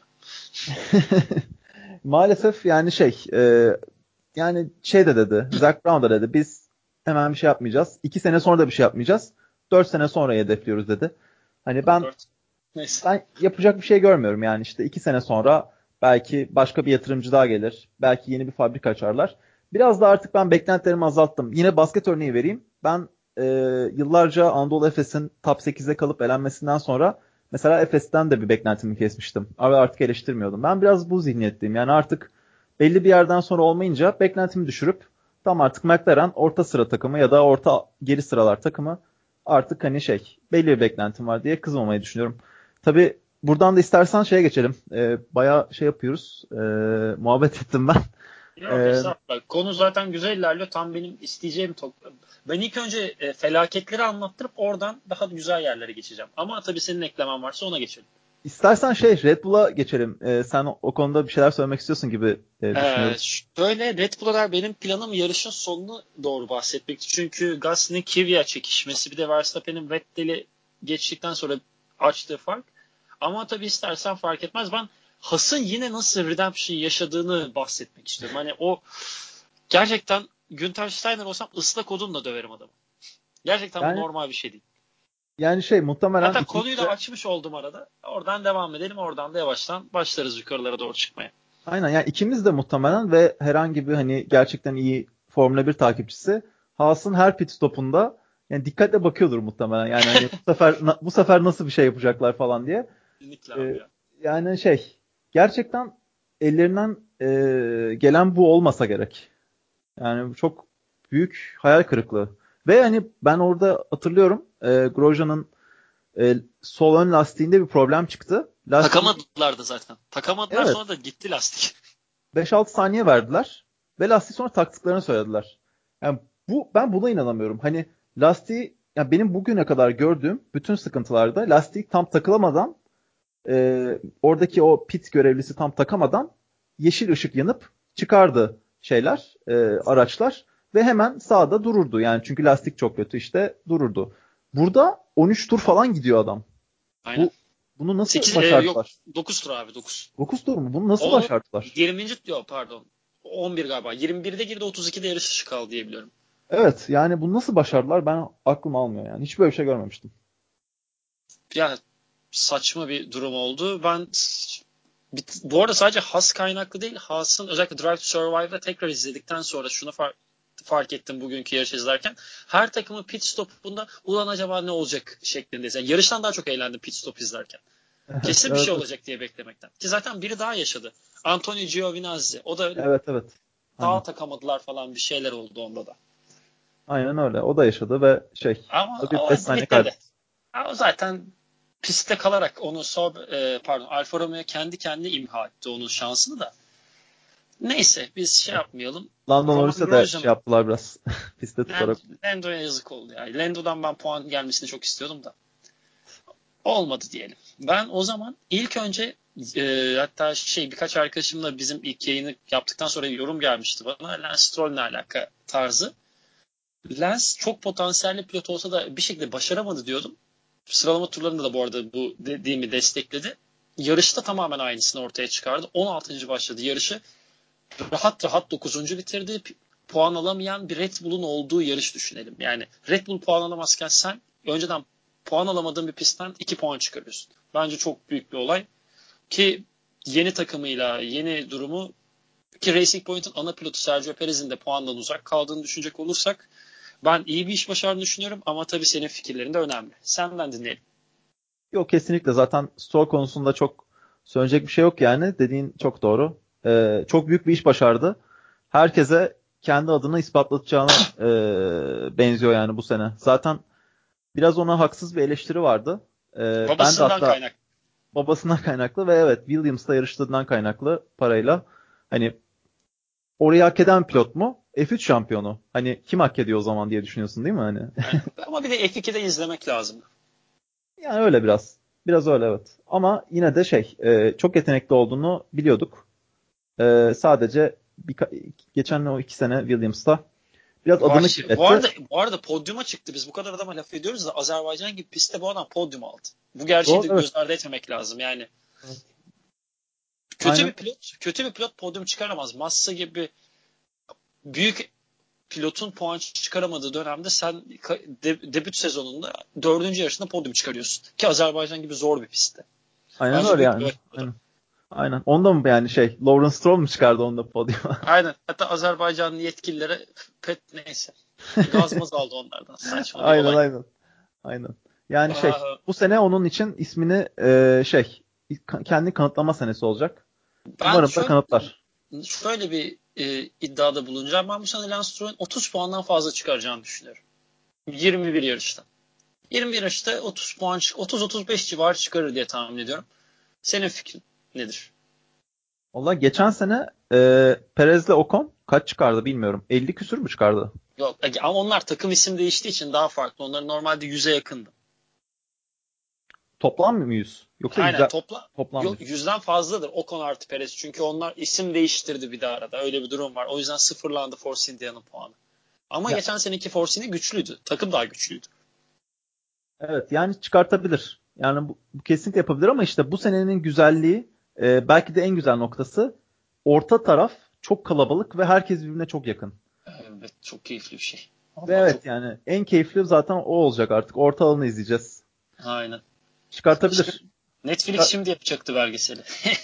Maalesef yani şey e, yani şey de dedi. Zac Brown da dedi. Biz hemen bir şey yapmayacağız. İki sene sonra da bir şey yapmayacağız. Dört sene sonra hedefliyoruz dedi. Hani ben Dört. Neyse. ben yapacak bir şey görmüyorum yani işte iki sene sonra belki başka bir yatırımcı daha gelir. Belki yeni bir fabrika açarlar. Biraz da artık ben beklentilerimi azalttım. Yine basket örneği vereyim. Ben e, yıllarca Anadolu Efes'in top sekize kalıp elenmesinden sonra mesela Efes'ten de bir beklentimi kesmiştim. Abi artık eleştirmiyordum. Ben biraz bu zihniyetteyim. Yani artık belli bir yerden sonra olmayınca beklentimi düşürüp tam artık McLaren orta sıra takımı ya da orta geri sıralar takımı artık hani şey belli bir beklentim var diye kızmamayı düşünüyorum. Tabii buradan da istersen şeye geçelim. Ee, bayağı şey yapıyoruz. Ee, muhabbet ettim ben. Yok Ee, estağfurullah. Konu zaten güzel ilerliyor. Tam benim isteyeceğim top. Ben ilk önce e, felaketleri anlattırıp oradan daha güzel yerlere geçeceğim. Ama tabii senin eklemen varsa ona geçelim. istersen şey Red Bull'a geçelim. Ee, sen o, o konuda bir şeyler söylemek istiyorsun gibi e, Ee, düşünüyorum. şöyle Red Bull'a benim planım yarışın sonunu doğru bahsetmekti. Çünkü Gasly'nin Kvyat çekişmesi bir de Verstappen'in Vettel'i geçtikten sonra açtığı fark. Ama tabii istersen fark etmez. Ben Haas'ın yine nasıl redemption yaşadığını bahsetmek istiyorum. Hani o gerçekten Günther Steiner olsam ıslak odunla döverim adamı. Gerçekten bu Yani normal bir şey değil. yani şey muhtemelen Hatta ikimiz konuyu da de açmış oldum arada. Oradan devam edelim. Oradan da yavaştan başlarız yukarılara doğru çıkmaya. aynen yani ikimiz de muhtemelen ve herhangi bir hani gerçekten iyi Formula bir takipçisi Haas'ın her pit stopunda yani dikkatle bakıyordur muhtemelen. Yani hani bu sefer na- bu sefer nasıl bir şey yapacaklar falan diye. Kesinlikle abi Ee, ya. yani şey gerçekten ellerinden e, gelen bu olmasa gerek. Yani bu çok büyük hayal kırıklığı. Ve hani ben orada hatırlıyorum e, Grosjean'ın e, sol ön lastiğinde bir problem çıktı. Lastiği Takamadılar da zaten. Takamadılar sonra evet da gitti lastik. beş altı saniye verdiler ve lastiği sonra taktıklarını söylediler. Yani bu ben buna inanamıyorum. Hani lastiği ya benim bugüne kadar gördüğüm bütün sıkıntılarda lastik tam takılamadan e, oradaki o pit görevlisi tam takamadan yeşil ışık yanıp çıkardı şeyler, e, araçlar ve hemen sağda dururdu. Yani çünkü lastik çok kötü işte dururdu. Burada on üç tur falan gidiyor adam. Aynen. Bu bunu nasıl sekiz e, yok başardılar? dokuz tur abi dokuz. dokuz tur mu? Bunu nasıl O başardılar? yirminci yok pardon. on bir galiba. yirmi birde girdi otuz ikide yarış dışı kaldı diye biliyorum. Evet yani bunu nasıl başardılar ben aklım almıyor yani. Hiç böyle bir şey görmemiştim. Ya saçma bir durum oldu. Ben Bu arada sadece Haas kaynaklı değil. Haas'ın özellikle Drive to Survive'da tekrar izledikten sonra şunu fark, fark ettim bugünkü yarışı izlerken. Her takımın pit stopunda ulan acaba ne olacak şeklindeyiz. Yani yarıştan daha çok eğlendim pit stop izlerken. Kesin bir evet, şey evet. olacak diye beklemekten. Ki zaten biri daha yaşadı. Antonio Giovinazzi. O da Evet, evet. sağa Aynen. takamadılar falan, bir şeyler oldu onda da. Aynen öyle. O da yaşadı ve şey Ama tabii o beş saniye bitirdi. kaybetti. Ama zaten pistte kalarak onu Saub, e, pardon Alfa Romeo kendi kendine imha etti onun şansını da. Neyse biz şey Evet. yapmayalım. Lando Roman Norris'e de şey Grosjean, yaptılar biraz. Piste tutarak. Lando'ya yazık oldu ya. Lando'dan ben puan gelmesini çok istiyordum da. Olmadı diyelim. Ben o zaman ilk önce e, hatta şey birkaç arkadaşımla bizim ilk yayını yaptıktan sonra bir yorum gelmişti bana. Lance Stroll'le alaka tarzı. Lance çok potansiyelli pilot olsa da bir şekilde başaramadı diyordum. Sıralama turlarında da bu arada bu dediğimi destekledi. Yarışta tamamen aynısını ortaya çıkardı. on altıncı başladı yarışı. Rahat rahat dokuzuncu bitirdi. Puan alamayan bir Red Bull'un olduğu yarış düşünelim. Yani Red Bull puan alamazken sen önceden puan alamadığın bir pistten iki puan çıkarıyorsun. Bence çok büyük bir olay. Ki yeni takımıyla, yeni durumu, ki Racing Point'in ana pilotu Sergio Perez'in de puandan uzak kaldığını düşünecek olursak ben iyi bir iş başardığını düşünüyorum ama tabii senin fikirlerin de önemli. Senden dinleyelim. Yok, kesinlikle zaten Stroll konusunda çok söyleyecek bir şey yok yani. Dediğin çok doğru. Ee, çok büyük bir iş başardı. Herkese kendi adını ispatlatacağına e, benziyor yani bu sene. Zaten biraz ona haksız bir eleştiri vardı. Ee, ben de Babasından hatta kaynak. babasından kaynaklı ve evet Williams'la yarıştığından kaynaklı parayla hani orayı hak eden pilot mu? F üç şampiyonu. Hani kim hak ediyor o zaman diye düşünüyorsun değil mi hani? Yani, ama bir de F ikide izlemek lazım. Yani öyle biraz. Biraz öyle evet. Ama yine de şey e, çok yetenekli olduğunu biliyorduk. E, sadece birka- geçen o iki sene Williams'ta biraz adını Vahşi. Bu kirletti. arada, bu arada podyuma çıktı. Biz bu kadar adama laf ediyoruz da Azerbaycan gibi pistte bu adam podyum aldı. Bu gerçeği Doğru, de evet. göz ardı etmemek lazım. Yani Evet. kötü bir Aynen. pilot, kötü bir pilot podyum çıkaramaz. Massa gibi büyük pilotun puan çıkaramadığı dönemde sen de, debüt sezonunda dördüncü yarışında podyum çıkarıyorsun. Ki Azerbaycan gibi zor bir pistte. Aynen Bence öyle büyük bir yani. başarı. Aynen. Aynen. Onda mı yani şey Lawrence Stroll mu çıkardı onda podyuma? Aynen. Hatta Azerbaycanlı yetkililere pet neyse. Gazmaz aldı onlardan. Saçma bir Aynen, olay. aynen. Aynen. Yani şey Aa, bu sene onun için ismini e, şey kendi kanıtlama senesi olacak. ben Umarım da şöyle kanıtlar. şöyle bir e, iddiada bulunacağım. Ben bu sene Lance Stroll'ün otuz puandan fazla çıkaracağını düşünüyorum. yirmi bir yarışta. yirmi bir yarışta otuz puan, otuz otuz beş civarı çıkarır diye tahmin ediyorum. Senin fikrin nedir? Valla geçen sene e, Perez'le Ocon kaç çıkardı bilmiyorum. elli küsür mü çıkardı? Yok ama onlar takım isim değiştiği için daha farklı. Onlar normalde yüze yakındı. Toplam mı yüz? Yoksa Aynen yüzler topla toplam yok yüz. yüzden fazladır Ocon artı Perez. Çünkü onlar isim değiştirdi bir daha arada. Öyle bir durum var. O yüzden sıfırlandı Force India'nın puanı. Ama Ya geçen seneki Force India güçlüydü. Takım daha güçlüydü. evet yani çıkartabilir. Yani bu, bu kesinlikle yapabilir ama işte bu senenin güzelliği e, belki de en güzel noktası orta taraf çok kalabalık ve herkes birbirine çok yakın. Evet, çok keyifli bir şey. Ve Vallahi çok. evet yani en keyifli zaten o olacak artık. Orta alanı izleyeceğiz. Aynen. Şimdi, Çıkartabilir. Netflix Çıkar- şimdi yapacaktı belgeseli.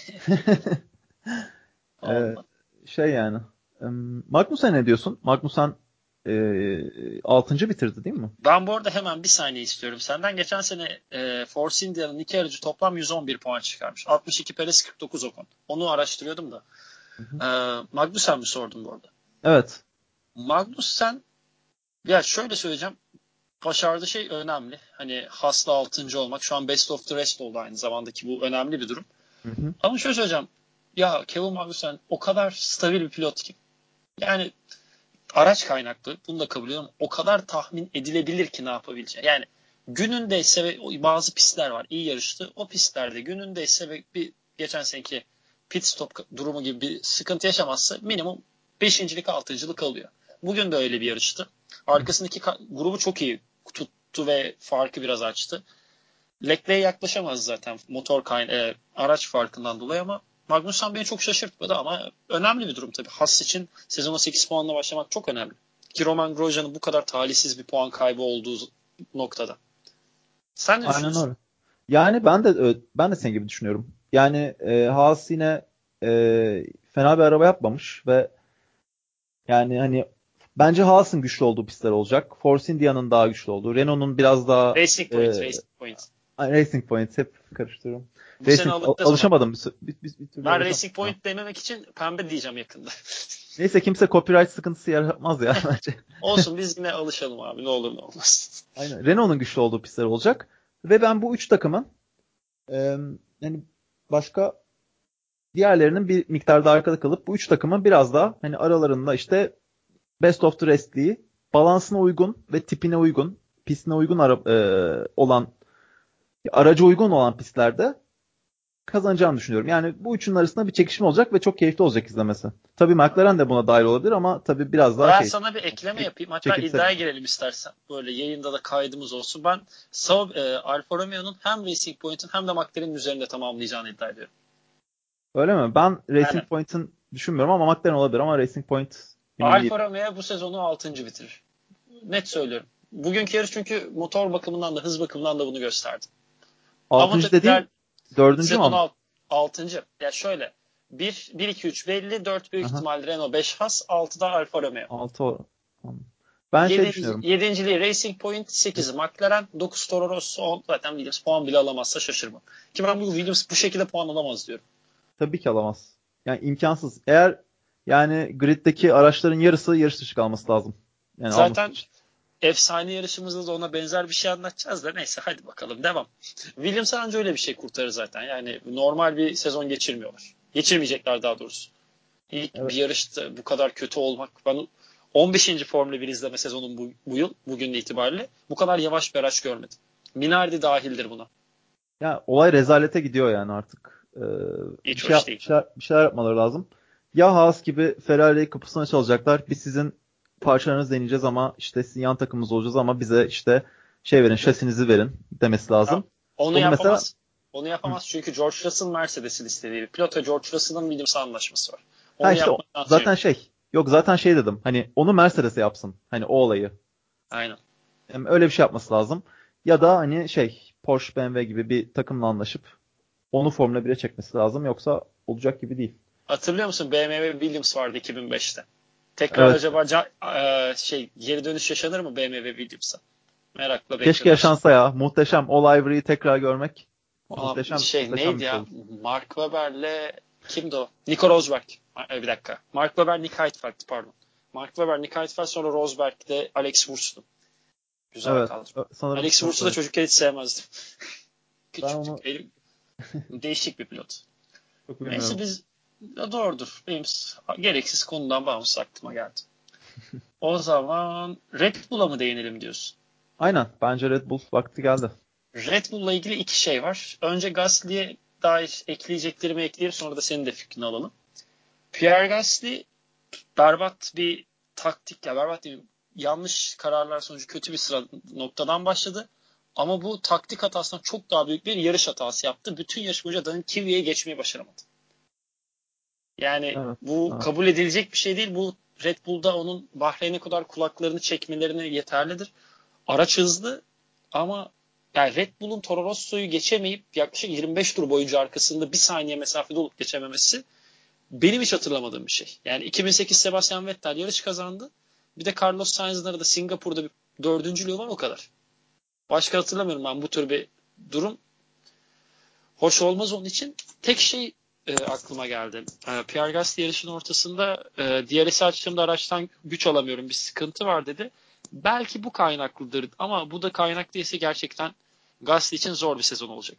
Ee, Olmadı. şey yani. Em, Magnussen ne diyorsun? Magnussen e, altıncı bitirdi değil mi? Ben bu arada hemen bir saniye istiyorum senden. Geçen sene e, Force India'nın iki aracı toplam yüz on bir puan çıkarmış. altmış iki Perez, kırk dokuz Ocon. Onu araştırıyordum da. Hı hı. E, Magnussen mi sordun bu arada? Evet. Magnussen, ya şöyle söyleyeceğim. Başardığı şey önemli. Hani Haas'la altıncı olmak. Şu an best of the rest oldu aynı zamandaki, bu önemli bir durum. Hı hı. Ama şöyle söyleyeceğim. Ya Kevin Magnussen o kadar stabil bir pilot ki. Yani araç kaynaklı. Bunu da kabul ediyorum. O kadar tahmin edilebilir ki ne yapabileceği. Yani günündeyse ve bazı pistler var. İyi yarıştı. O pistlerde günündeyse ve bir geçen seneki pit stop durumu gibi bir sıkıntı yaşamazsa minimum beşincilik altıncılık alıyor. Bugün de öyle bir yarıştı. Arkasındaki grubu çok iyi tuttu ve farkı biraz açtı. Leclerc'e yaklaşamaz zaten motor kayna e, araç farkından dolayı ama Magnussen beni çok şaşırtmadı ama önemli bir durum tabii. Haas için sezona sekiz puanla başlamak çok önemli. Ki Roman Grosjean'ın bu kadar talihsiz bir puan kaybı olduğu noktada. Sen ne Aynen düşünüyorsun? öyle. Yani ben de ö- ben de senin gibi düşünüyorum. yani e, Haas yine e, fena bir araba yapmamış ve yani hani bence Haas'ın güçlü olduğu pistler olacak. Force India'nın daha güçlü olduğu. Renault'un biraz daha Racing e, Point, Racing Point. Racing Point hep karıştırıyorum. Bu sene Racing al- alacağız ona. alışamadım. Bir, bir, bir, bir türlü Ben alışamadım. Racing Point dememek için pembe diyeceğim yakında. Neyse kimse copyright sıkıntısı yaratmaz ya bence. Olsun, biz yine alışalım abi, ne olur ne olmaz. Aynen. Renault'un güçlü olduğu pistler olacak. Ve ben bu üç takımın e, yani başka diğerlerinin bir miktarda arkada kalıp bu üç takımın biraz daha hani aralarında işte best of the rest'liği balansına uygun ve tipine uygun, pistine uygun ara, e, olan araca uygun olan pistlerde kazanacağını düşünüyorum. Yani bu üçünün arasında bir çekişme olacak ve çok keyifli olacak izlemesi. Tabii McLaren de buna dahil olabilir ama tabii biraz daha Ben şey sana bir ekleme yapayım. Hatta çekimsel. iddiaya girelim istersen. Böyle yayında da kaydımız olsun. Ben Saub, e, Alfa Romeo'nun hem Racing Point'in hem de McLaren'in üzerinde tamamlayacağını iddia ediyorum. Öyle mi? Ben Aynen. Racing Point'in düşünmüyorum ama McLaren olabilir ama Racing Point emin değilim. Alfa Romeo bu sezonu altıncı bitirir. Net söylüyorum. Bugünkü yarış çünkü motor bakımından da hız bakımından da bunu gösterdi. Ama Altıncı tabii dediğin iler dördüncü mü sezon ama? alt, altıncı. Ya şöyle. bir, bir iki üç belli. dört büyük Aha, ihtimalle Renault, beş Haas, altıda Alfa Romeo. altı o. Tamam. Ben şey Yedinci, düşünüyorum. yedinciliği Racing Point, sekizi McLaren, dokuz Toro Rosso, on zaten Williams puan bile alamazsa şaşırmam. Ki ben bu Williams bu şekilde puan alamaz diyorum. Tabii ki alamaz. Yani imkansız. Eğer yani griddeki araçların yarısı yarış dışı kalması lazım. Yani alması Zaten için. efsane yarışımızda da ona benzer bir şey anlatacağız da neyse, hadi bakalım devam. Williams anca öyle bir şey kurtarır zaten. Yani normal bir sezon geçirmiyorlar. Geçirmeyecekler daha doğrusu. İlk Evet. bir yarışta bu kadar kötü olmak. Ben on beşinci Formula bir izleme sezonum bu, bu yıl bugün itibariyle bu kadar yavaş bir araç görmedim. Minardi dahildir buna. Ya olay rezalete gidiyor yani artık. Ee, bir Hiç şey, hoş yap- bir değil. şeyler, bir şeyler yapmaları lazım. Ya Haas gibi Ferrari kapısına çalacaklar. Biz sizin parçalarınızı deneyeceğiz ama işte sizin yan takımımız olacağız ama bize işte şey verin, şasinizi verin demesi Ya, lazım. onu Onu mesela yapamaz. Onu hı. yapamaz çünkü George Russell Mercedes'in istediği bir pilot ve George Russell'ın Williams'la anlaşması var. Ha Onu işte o- yapma şansı yok. zaten şey. Yok zaten şey dedim. Hani onu Mercedes'e yapsın. Hani o olayı. Aynen. Hem öyle bir şey yapması lazım. Ya da hani şey Porsche, B M W gibi bir takımla anlaşıp onu Formula bire çekmesi lazım. Yoksa olacak gibi değil. Hatırlıyor musun? B M W Williams vardı iki bin beşte. Tekrar Evet. acaba ca- e, şey geri dönüş yaşanır mı B M W Williams'a? Merakla Keşke bekliyorlar. yaşansa ya. Muhteşem. O library'i tekrar görmek Abi muhteşem şey muhteşem neydi bir şey ya? olur. Mark Webber'le kimdi o? Nico Rosberg. E, Bir dakika. Mark Webber, Nick Heidfeld pardon. Mark Webber, Nick Heidfeld, sonra Rosberg'de Alex Wurst'tu. Güzel Evet. kadro. Ö- Sanırım Alex sanırım Wurst'u da öyle. çocukken hiç sevmezdim. Ben Küçüktük. onu Elim, değişik bir pilot. çok Neyse bilmiyorum. biz ya doğrudur. Benim gereksiz konudan bağımsız aklıma geldi. O zaman Red Bull'a mı değinelim diyorsun? Aynen. Bence Red Bull vakti geldi. Red Bull'la ilgili iki şey var. Önce Gasly'ye dair ekleyeceklerimi ekleyip sonra da senin de fikrini alalım. Pierre Gasly berbat bir taktik ya berbat değil, yanlış kararlar sonucu kötü bir sıra noktadan başladı. Ama bu taktik hatasından çok daha büyük bir yarış hatası yaptı. Bütün yarış boyunca Daniil Kvyat'e geçmeyi başaramadı. Yani Evet. bu Evet. kabul edilecek bir şey değil. Bu Red Bull'da onun Bahreyn'e kadar kulaklarını çekmelerine yeterlidir. Araç hızlı ama yani Red Bull'un Toro Rosso'yu geçemeyip yaklaşık yirmi beş tur boyunca arkasında bir saniye mesafede olup geçememesi benim hiç hatırlamadığım bir şey. Yani iki bin sekiz Sebastian Vettel yarış kazandı. Bir de Carlos Sainz'ın arada Singapur'da bir dördüncülüğü var, o kadar. Başka hatırlamıyorum ben bu tür bir durum. Hoş olmaz onun için. Tek şey e, aklıma geldi. E, Pierre Gasly yarışın ortasında e, D R S'i açtığımda araçtan güç alamıyorum, bir sıkıntı var dedi. Belki bu kaynaklıdır ama bu da kaynak değilse gerçekten Gasly için zor bir sezon olacak.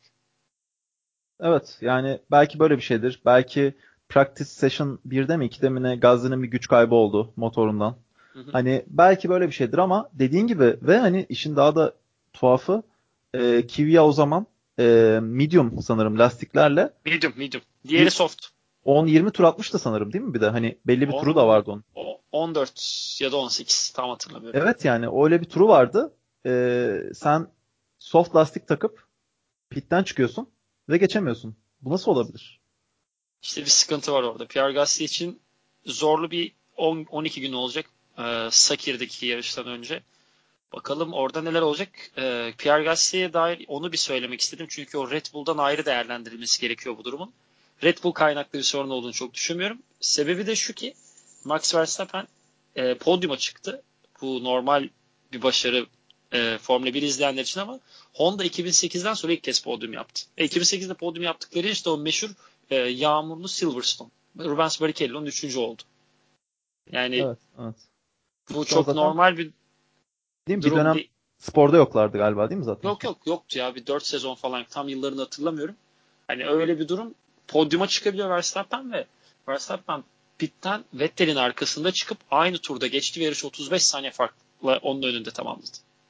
Evet. Yani belki böyle bir şeydir. Belki practice session birde mi ikide mi ne Gazze'nin bir güç kaybı oldu motorundan. Hı hı. Hani belki böyle bir şeydir ama dediğin gibi ve hani işin daha da tuhafı e, Kvyat o zaman e, medium sanırım lastiklerle Medium, medium. Diğeri bir soft. on yirmi tur atmıştı sanırım değil mi bir de? Hani belli bir turu da on, vardı onun. on dört ya da on sekiz tam hatırlamıyorum. Evet yani öyle bir turu vardı. E, sen soft lastik takıp pitten çıkıyorsun ve geçemiyorsun. Bu nasıl olabilir? İşte bir sıkıntı var orada. Pierre Gasly için zorlu bir on on iki gün olacak. Ee, Sakir'deki yarıştan önce. Bakalım orada neler olacak. Ee, Pierre Gasly'ye dair onu bir söylemek istedim. Çünkü o Red Bull'dan ayrı değerlendirilmesi gerekiyor bu durumun. Red Bull kaynaklı bir sorun olduğunu çok düşünmüyorum. Sebebi de şu ki Max Verstappen e, podyuma çıktı. Bu normal bir başarı e, Formula bir izleyenler için ama Honda iki bin sekizden sonra ilk kez podyum yaptı. E, iki bin sekizde podyum yaptıkları işte o meşhur e, yağmurlu Silverstone. Rubens Barrichello'nun üçüncü oldu. Yani Evet, evet. bu Şu an çok zaten normal bir değil mi? Bir durum dönem değil. sporda yoklardı galiba değil mi zaten? Yok yok yoktu ya. Bir dört sezon falan tam yıllarını hatırlamıyorum. Hani öyle bir durum. Podyuma çıkabiliyor Verstappen ve Verstappen pitten Vettel'in arkasında çıkıp aynı turda geçti ve yarış otuz beş saniye farkla onun önünde tamamladı.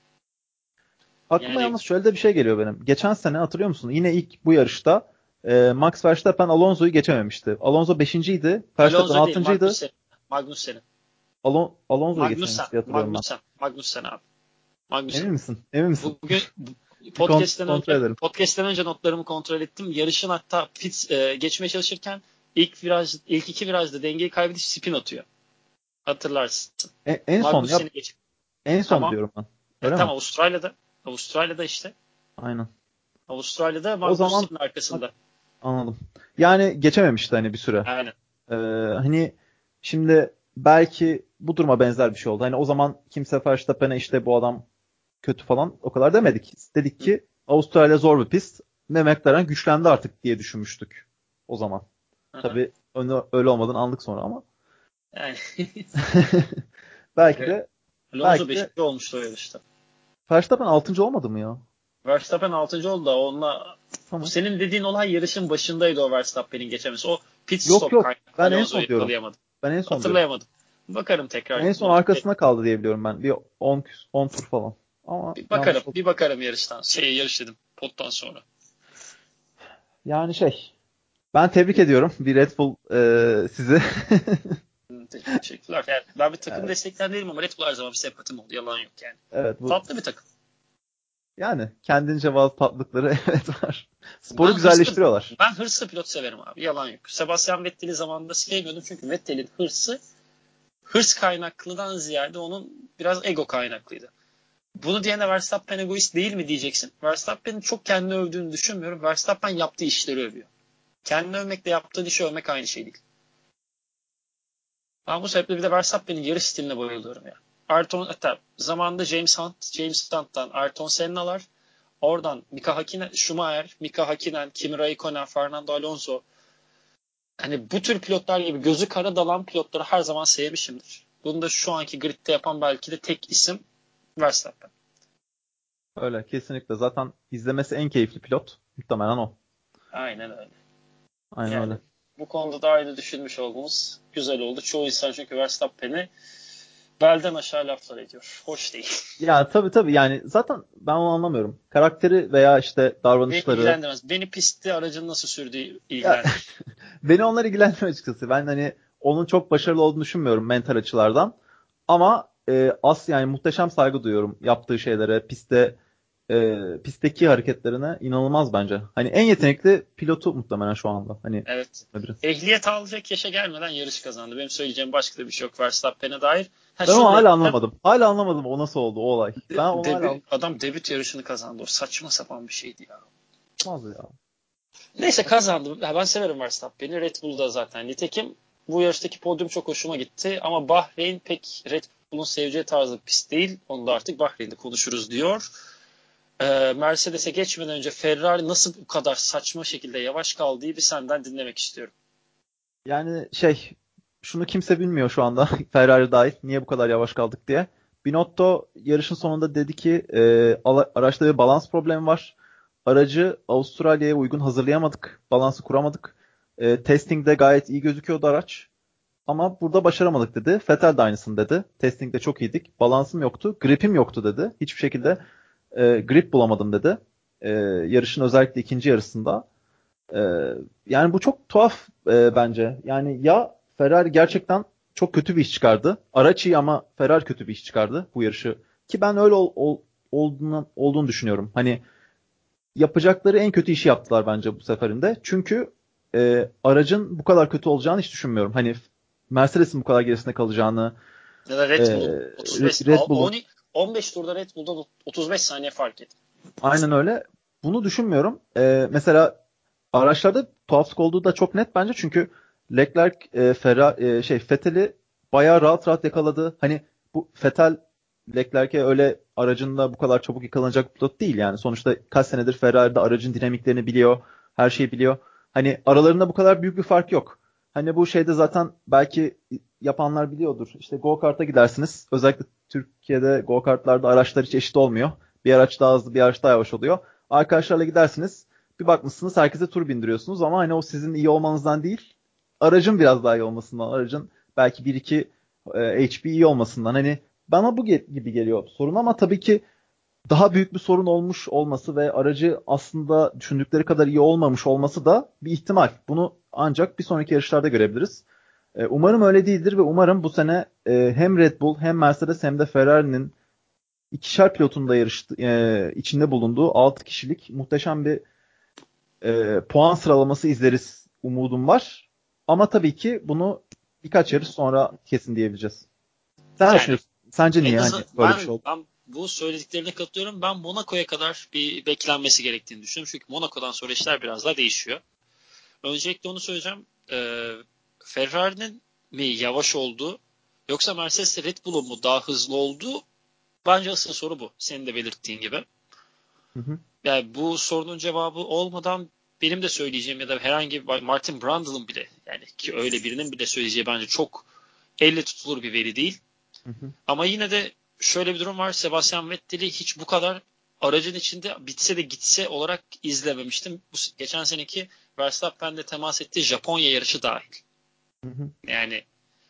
Aklıma Yani yalnız şöyle de bir şey geliyor benim. Geçen sene hatırlıyor musun? Yine ilk bu yarışta e, Max Verstappen Alonso'yu geçememişti. Alonso beşinciydi. Verstappen Alonso değil altıncıydı. Magnussen. Magnussen. Alon Alonso'yu Magnussen. geçememiş diye hatırlıyorum ben. Magnussen. Magnussen abi. Magnussen. Emin misin? Emin misin? Bugün Bir kont- podcast'ten kontrol önce edelim. podcast'ten önce notlarımı kontrol ettim. Yarışın hatta pit e, geçmeye çalışırken ilk viraj ilk iki virajda dengeyi kaybedip spin atıyor. Hatırlarsın. E- en son ya Magnussen'i geç. en son Tamam. diyorum ben. E, Öyle tam mi? Avustralya'da. Avustralya'da işte. Aynen. Avustralya'da O zaman Magnussen'in arkasında. anladım. Yani geçememişti hani bir süre. Aynen. Ee, hani şimdi belki bu duruma benzer bir şey oldu. Hani o zaman kimse Verstappen'e işte bu adam kötü falan o kadar demedik. Dedik Hı. ki Avustralya zor bir pist ve McLaren güçlendi artık diye düşünmüştük o zaman. Aha. Tabii öyle, öyle olmadığını anladık sonra ama Yani. belki Ve de Alonso belki de beşinci olmuştu o yarışta. Verstappen altıncı olmadı mı ya? Verstappen altıncı oldu da onunla bu Tamam. senin dediğin olay yarışın başındaydı o Verstappen'in geçemesi. O pit Yok stop yok. kaynaklı Ben en Alonso'yu son diyorum. yakalayamadı. Ben en son diyorum. Hatırlayamadım. Bakarım tekrar En son bunu. Bir, arkasına kaldı diye biliyorum ben. Bir on on tur falan. Ama bir bakarım. yanlış oldu. Bir bakarım yarıştan. Şey yarış dedim. Pottan sonra. Yani şey. Ben tebrik ediyorum. Bir Red Bull e, sizi. Hı, teşekkürler. Yani ben bir takım Evet, destekler değilim ama Red Bull her zaman bir sempatim oldu. Yalan yok yani. evet bu Tatlı bir takım. yani kendince bazı tatlılıkları evet var. Sporu Ben hırslı güzelleştiriyorlar. ben hırslı pilot severim abi. Yalan yok. Sebastian Vettel'i zamanında sevmiyordum çünkü Vettel'in hırsı hırs kaynaklıdan ziyade onun biraz ego kaynaklıydı. Bunu diyene Verstappen egoist değil mi diyeceksin. Verstappen'in çok kendini övdüğünü düşünmüyorum. Verstappen yaptığı işleri övüyor. Kendini övmekle yaptığı işi övmek aynı şey değil. Ben bu sebeple bir de Verstappen'in yarış stiline bayılıyorum ya. Ayrton, hatta zamanında James Hunt, James Hunt'tan Ayrton Senna'lar, oradan Mika Hakkinen, Schumacher, Mika Hakkinen, Kimi Raikkonen, Fernando Alonso. Hani bu tür pilotlar gibi gözü kara dalan pilotları her zaman sevmişimdir. Bunu da şu anki gridde yapan belki de tek isim Verstappen. Öyle kesinlikle. Zaten izlemesi en keyifli pilot. Muhtemelen o. Aynen öyle. Aynen Yani öyle. bu konuda da aynı düşünmüş olduğumuz güzel oldu. Çoğu insan çünkü Verstappen'i belden aşağı laflar ediyor. Hoş değil. Ya tabii tabii yani zaten ben onu anlamıyorum. Karakteri veya işte Beni davranışları ilgilendirmez. Beni pistte aracın nasıl sürdüğü ya ilgilendirir. beni onlar ilgilenmiyor açıkçası. Ben hani onun çok başarılı olduğunu düşünmüyorum mental açılardan. Ama e, as yani muhteşem saygı duyuyorum yaptığı şeylere, pistte e, pistteki hareketlerine inanılmaz bence. Hani en yetenekli pilotu muhtemelen şu anda. Hani Evet. biraz. Ehliyet alacak yaşa gelmeden yarış kazandı. Benim söyleyeceğim başka da bir şey yok Verstappen'e dair. Ha Ben onu şunu da hala ekleyeceğim. anlamadım. Hala anlamadım o nasıl oldu o olay. Ben De- onu hala debü- adam debüt yarışını kazandı. O saçma sapan bir şeydi ya. anlamadım ya. Neyse kazandı. Ya ben severim Verstappen'i. Red Bull'da zaten. Nitekim bu yarıştaki podyum çok hoşuma gitti. Ama Bahreyn pek Red Bull'un seveceği tarzı bir pist değil. Onu da artık Bahreyn'de konuşuruz diyor. Ee, Mercedes'e geçmeden önce Ferrari nasıl bu kadar saçma şekilde yavaş kaldığı bir senden dinlemek istiyorum. Yani şey şunu kimse bilmiyor şu anda Ferrari dahil niye bu kadar yavaş kaldık diye. Binotto yarışın sonunda dedi ki e, ala- araçta bir balans problemi var. Aracı Avustralya'ya uygun hazırlayamadık. Balansı kuramadık. E, testingde gayet iyi gözüküyordu araç. Ama burada başaramadık dedi. Vettel de aynısını dedi. Testingde çok iyiydik. Balansım yoktu. Gripim yoktu dedi. Hiçbir şekilde e, grip bulamadım dedi. E, yarışın özellikle ikinci yarısında. Ee, yani bu çok tuhaf e, bence. Yani ya Ferrari gerçekten çok kötü bir iş çıkardı. Araç iyi ama Ferrari kötü bir iş çıkardı bu yarışı. Ki ben öyle ol, ol, olduğunu, olduğunu düşünüyorum. Hani yapacakları en kötü işi yaptılar bence bu seferinde. Çünkü e, aracın bu kadar kötü olacağını hiç düşünmüyorum. Hani Mercedes'in bu kadar gerisinde kalacağını, Ya da e, Red Bull'un otuz beş Red Bull'un on, on beş turda Red Bull'dan otuz beş saniye fark etti. Aynen öyle. Bunu düşünmüyorum. Ee, mesela araçlarda tuhaflık olduğu da çok net bence çünkü Leclerc e, Ferrari e, şey Vettel'i bayağı rahat rahat yakaladı. Hani bu Vettel Leclerc'e öyle aracında bu kadar çabuk yakalanacak bir pilot değil yani. Sonuçta kaç senedir Ferrari'de aracın dinamiklerini biliyor, her şeyi biliyor. Hani aralarında bu kadar büyük bir fark yok. Hani bu şeyde zaten belki yapanlar biliyordur. İşte go-kart'a gidersiniz. Özellikle Türkiye'de go-kart'larda araçlar hiç eşit olmuyor. Bir araç daha hızlı, bir araç daha yavaş oluyor. Arkadaşlarla gidersiniz. Bir bakmışsınız herkese tur bindiriyorsunuz ama hani o sizin iyi olmanızdan değil, aracın biraz daha iyi olmasından, aracın belki bir iki e, H P iyi olmasından. Hani bana bu ge- gibi geliyor sorun ama tabii ki daha büyük bir sorun olmuş olması ve aracı aslında düşündükleri kadar iyi olmamış olması da bir ihtimal. Bunu ancak bir sonraki yarışlarda görebiliriz. E, umarım öyle değildir ve umarım bu sene e, hem Red Bull hem Mercedes hem de Ferrari'nin ikişer pilotun da yarış e, içinde bulunduğu altı kişilik muhteşem bir e, puan sıralaması izleriz umudum var. Ama tabii ki bunu birkaç yarış sonra kesin diyebileceğiz. Sen ne Yani düşünüyorsun? Sence en niye hani azı böyle bir ben şey oldu? ben bu söylediklerine katılıyorum. Ben Monaco'ya kadar bir beklenmesi gerektiğini düşünüyorum. Çünkü Monaco'dan sonra işler biraz daha değişiyor. Öncelikle onu söyleyeceğim. Ee, Ferrari'nin mi yavaş olduğu yoksa Mercedes Red Bull'un mu daha hızlı olduğu bence asıl soru bu. Senin de belirttiğin gibi. Hı hı. Yani bu sorunun cevabı olmadan benim de söyleyeceğim ya da herhangi bir Martin Brundle'ın bile yani ki öyle birinin bile söyleyeceği bence çok elle tutulur bir veri değil. Hı hı. Ama yine de şöyle bir durum var. Sebastian Vettel'i hiç bu kadar aracın içinde bitse de gitse olarak izlememiştim. Bu geçen seneki Verstappen'de temas ettiği Japonya yarışı dahil. Hı hı. Yani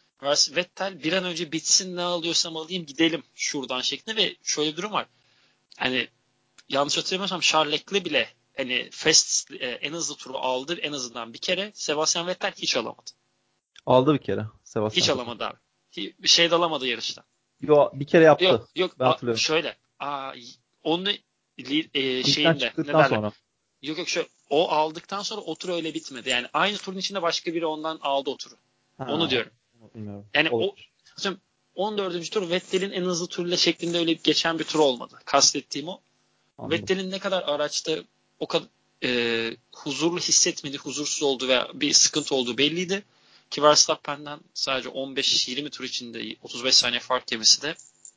Vettel bir an önce bitsin ne alıyorsam alayım gidelim şuradan şeklinde ve şöyle bir durum var. Hani yanlış hatırlamıyorsam Charles Leclerc bile hani Fast e, en hızlı turu aldı en azından bir kere. Sebastian Vettel hiç alamadı. Aldı bir kere Hiç Sebastian Vettel. alamadı abi. Bir şey de alamadı yarışta. Yo bir kere Yok yaptı. yok Ben a, hatırlıyorum. şöyle. Aa, onu e, Ligden şeyinde ne çıktıktan derler? sonra. Yok yok şöyle. O aldıktan sonra o tur öyle bitmedi. Yani aynı turun içinde başka biri ondan aldı o turu. Onu Ha, diyorum. bilmiyorum. Yani o Olabilir. on dördüncü tur Vettel'in en hızlı turuyla şeklinde öyle geçen bir tur olmadı. Kastettiğim o. Anladım. Vettel'in ne kadar araçta o kadar e, huzurlu hissetmedi, huzursuz olduğu veya bir sıkıntı olduğu belliydi. Ki Verstappen'den sadece on beş yirmi tur içinde otuz beş saniye fark yemesi de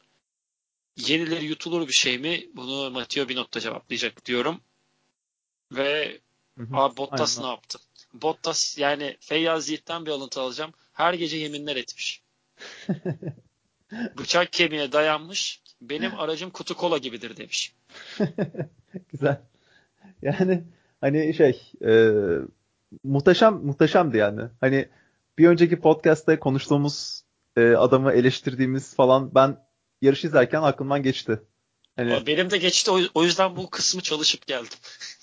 yenileri yutulur bir şey mi? Bunu Matteo Binotto cevaplayacak diyorum. Ve Hı hı. abi Aynen Bottas öyle. ne yaptı? Bottas yani Feyyaz Yiğit'ten bir alıntı alacağım. Her gece yeminler etmiş. Bıçak kemiğe dayanmış. Benim aracım kutu kola gibidir demiş. Güzel. Yani hani şey e, muhteşem muhteşemdi yani. Hani bir önceki podcast'te konuştuğumuz e, adamı eleştirdiğimiz falan ben yarış izlerken aklımdan geçti. Hani Benim de geçti o yüzden bu kısmı çalışıp geldim.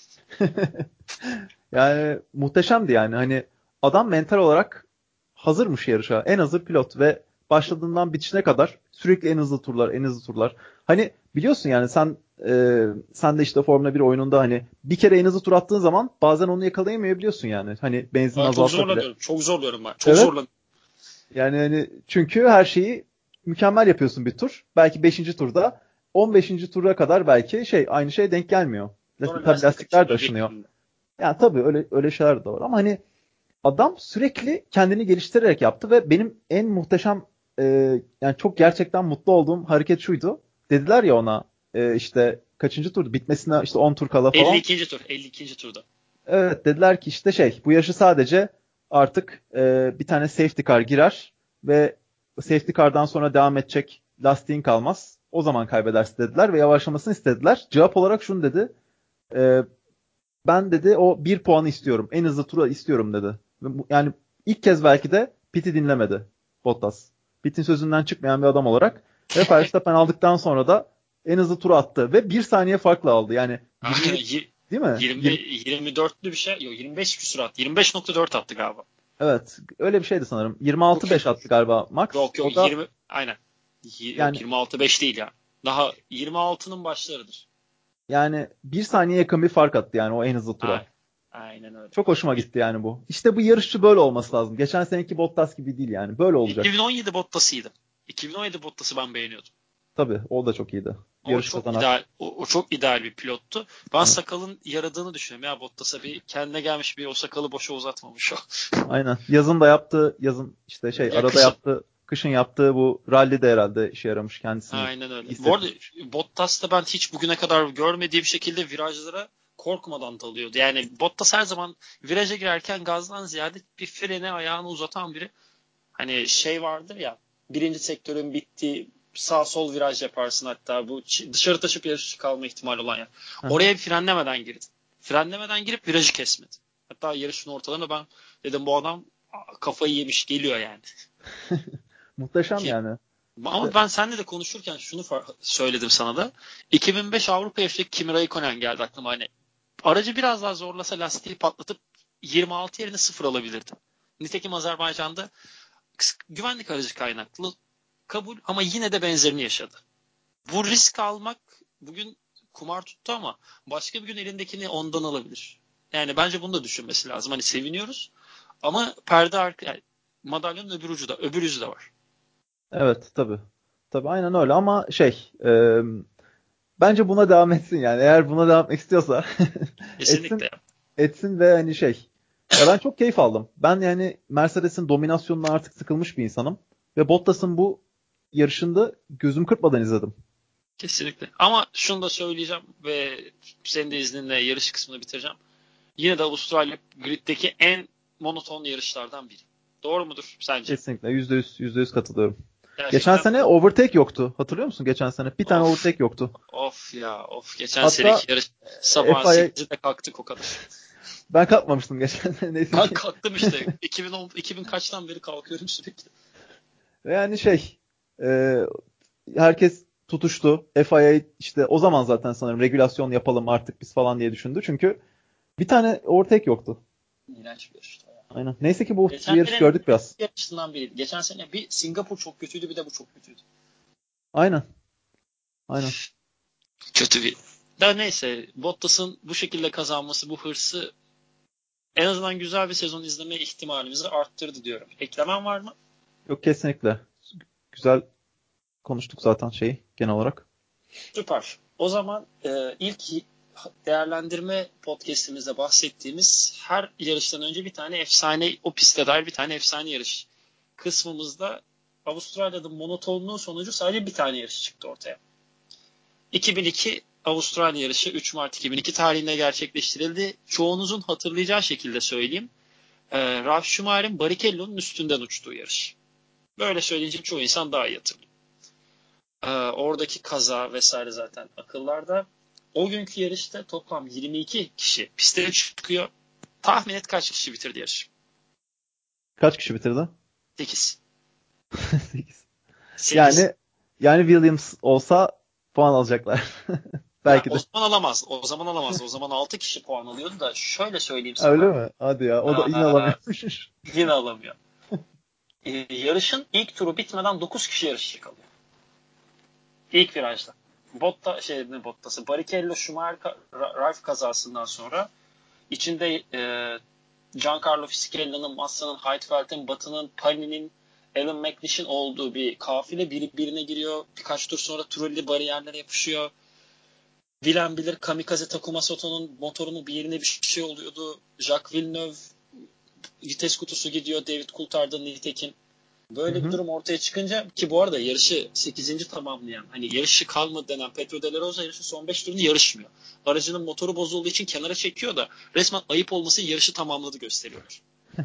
yani muhteşemdi yani. Hani adam mental olarak hazırmış yarışa. En hazır pilot ve başladığından bitişine kadar sürekli en hızlı turlar, en hızlı turlar. Hani biliyorsun yani sen e, sen de işte Formula bir oyununda hani bir kere en hızlı tur attığın zaman bazen onu yakalayamayabiliyorsun yani. Hani benzin Aa, çok azalsa bile. zorlanıyorum. Çok zorluyorum ben. Çok Evet. zorlanıyorum. Yani hani çünkü her şeyi mükemmel yapıyorsun bir tur. Belki beşinci turda on beşinci tura kadar belki şey aynı şey denk gelmiyor. Sonra Tabii lastik lastikler de açılıyor aşınıyor. birbirinde. Yani tabii öyle öyle şeyler de var ama hani adam sürekli kendini geliştirerek yaptı ve benim en muhteşem e, yani çok gerçekten mutlu olduğum hareket şuydu. Dediler ya ona e, işte kaçıncı tur bitmesine işte on tur kala falan. elli ikinci tur. elli ikinci turda. Evet dediler ki işte şey bu yarışı sadece artık e, bir tane safety car girer ve safety car'dan sonra devam edecek lastiğin kalmaz. O zaman kaybedersin dediler ve yavaşlamasını istediler. Cevap olarak şunu dedi. E, Ben dedi o bir puanı istiyorum. En hızlı tura istiyorum dedi. Yani ilk kez belki de Pitt'i dinlemedi Bottas. Pitt'in sözünden çıkmayan bir adam olarak. Ve Verstappen aldıktan sonra da en hızlı turu attı. Ve bir saniye farkla aldı. Yani yirmi yedi değil mi? yirmi, yirmi, yirmi dörtlü bir şey. Yok yirmi beş küsur attı. yirmi beş nokta dört attı galiba. evet öyle bir şeydi sanırım. Yok yirmi altı beş attı galiba Max. yok, yok O da yirmi aynen. Y- Yok yani yirmi altı beş değil ya. Daha yirmi altının başlarıdır. yani bir saniye yakın bir fark attı yani o en hızlı tura. Aynen. Aynen öyle. Çok hoşuma gitti yani bu. İşte bu yarışçı böyle olması lazım. Geçen seneki Bottas gibi değil yani. Böyle olacak. iki bin on yedi Bottas'ıydı. iki bin on yedi Bottas'ı ben beğeniyordum. Tabii o da çok iyiydi. O Yarış çok kazanan. ideal, o, o çok ideal bir pilottu. Ben Evet. sakalın yaradığını düşünüyorum. Ya Bottas'a bir kendine gelmiş, bir o sakalı boşa uzatmamış o. Aynen. Yazın da yaptığı, yazın işte şey arada Yakışır. yaptığı, kışın yaptığı bu rally de herhalde işe yaramış. Kendisini Aynen öyle. iyi Bu arada hissettirmiş. Bottas'ta ben hiç bugüne kadar görmediğim şekilde virajlara korkmadan dalıyordu. Yani Bottas her zaman viraja girerken gazdan ziyade bir frene ayağını uzatan biri. Hani şey vardır ya, birinci sektörün bittiği sağ sol viraj yaparsın, hatta bu dışarı taşıp yarış dışı kalma ihtimali olan yer. Aha. Oraya bir frenlemeden girdi. Frenlemeden girip virajı kesmedi. Hatta yarışın ortalarında ben dedim bu adam kafayı yemiş geliyor yani. Muhteşem Ki yani. İşte ama ben seninle de konuşurken şunu söyledim sana da. iki bin beş Avrupa yarışındaki Kimi Räikkönen geldi aklıma. Hani aracı biraz daha zorlasa lastiği patlatıp yirmi altı yerine sıfır alabilirdi. Nitekim Azerbaycan'da güvenlik aracı kaynaklı kabul, ama yine de benzerini yaşadı. Bu risk almak bugün kumar tuttu, ama başka bir gün elindekini ondan alabilir. Yani bence bunu da düşünmesi lazım. Hani seviniyoruz ama perde arka, yani madalyonun öbür ucu da, öbür yüzü de var. evet tabii. Tabii aynen öyle ama şey e, bence buna devam etsin yani. Eğer buna devam etmek istiyorsa etsin Kesinlikle. etsin ve hani şey ya ben çok keyif aldım. Ben yani Mercedes'in dominasyonuna artık sıkılmış bir insanım ve Bottas'ın bu yarışında gözüm kırpmadan izledim. Kesinlikle. Ama şunu da söyleyeceğim ve senin de izninle yarış kısmını bitireceğim. Yine de Avustralya griddeki en monoton yarışlardan biri. Doğru mudur sence? Kesinlikle yüzde yüz yüzde yüz katılıyorum. Geçen Gerçekten sene overtake yoktu. Hatırlıyor musun geçen sene? Bir tane of overtake yoktu. of ya of. Geçen Hatta seneki yarış sabah F I A sekizde kalktık o kadar. ben kalkmamıştım geçen sene neyse Ben ki. kalktım işte. iki bin on, iki bin kaçtan beri kalkıyorum sürekli. Ve yani şey e, herkes tutuştu. F I A işte o zaman zaten sanırım regülasyon yapalım artık biz falan diye düşündü. Çünkü bir tane overtake yoktu. İğrenç bir yarıştı ya. Aynen. Neyse ki bu, bu Geçen yarış senenin gördük biraz. yarışından biriydi. Geçen sene bir Singapur çok kötüydü, bir de bu çok kötüydü. Aynen. Aynen. Kötü bir. Da neyse, Bottas'ın bu şekilde kazanması, bu hırsı en azından güzel bir sezon izleme ihtimalimizi arttırdı diyorum. Eklemen var mı? Yok kesinlikle. Güzel konuştuk zaten şeyi genel olarak. Süper. O zaman e, ilk değerlendirme podcast'imizde bahsettiğimiz her yarıştan önce bir tane efsane, o piste dair bir tane efsane yarış kısmımızda Avustralya'da monotonluğu sonucu sadece bir tane yarış çıktı ortaya. iki bin iki Avustralya yarışı üç Mart iki bin iki tarihinde gerçekleştirildi. Çoğunuzun hatırlayacağı şekilde söyleyeyim. E, Ralf Schumacher'in Barrichello'nun üstünden uçtuğu yarış. Böyle söyleyince çoğu insan daha iyi hatırlıyor. E, oradaki kaza vesaire zaten akıllarda. O günkü yarışta toplam yirmi iki kişi piste çıkıyor. Tahmin et kaç kişi bitirdi yarışı? Kaç kişi bitirdi? sekiz. sekiz. sekiz. Yani yani Williams olsa puan alacaklar. Ya Belki o de. zaman alamaz. O zaman alamaz. O zaman altı kişi puan alıyordu da şöyle söyleyeyim Öyle sana. mi? Hadi ya. O da yine Aa, alamıyormuş. yine alamıyor. Ee, yarışın ilk turu bitmeden dokuz kişi yarışçı kalıyor. İlk virajda. Botta şey ne Bottas'ı Barrichello Schumacher Ralf kazasından sonra içinde e, Giancarlo Fisichella'nın, Massa'nın, Heidfeld'in, Battı'nın, Palini'nin, Alan McNish'in olduğu bir kafile biri birine giriyor. Birkaç tur sonra Trulli bariyerlere yapışıyor. Bilen bilir Kamikaze Takuma Sato'nun motorunun bir yerine bir şey oluyordu. Jacques Villeneuve vites kutusu gidiyor. David Coulthard'ın nitekim. Hı Böyle bir hı. durum ortaya çıkınca, ki bu arada yarışı sekizinci tamamlayan, hani yarışı kalmadı denen Pedro de la Rosa yarışı son beş turunu yarışmıyor. Aracının motoru bozulduğu için kenara çekiyor da resmen ayıp olması yarışı tamamladı gösteriyor.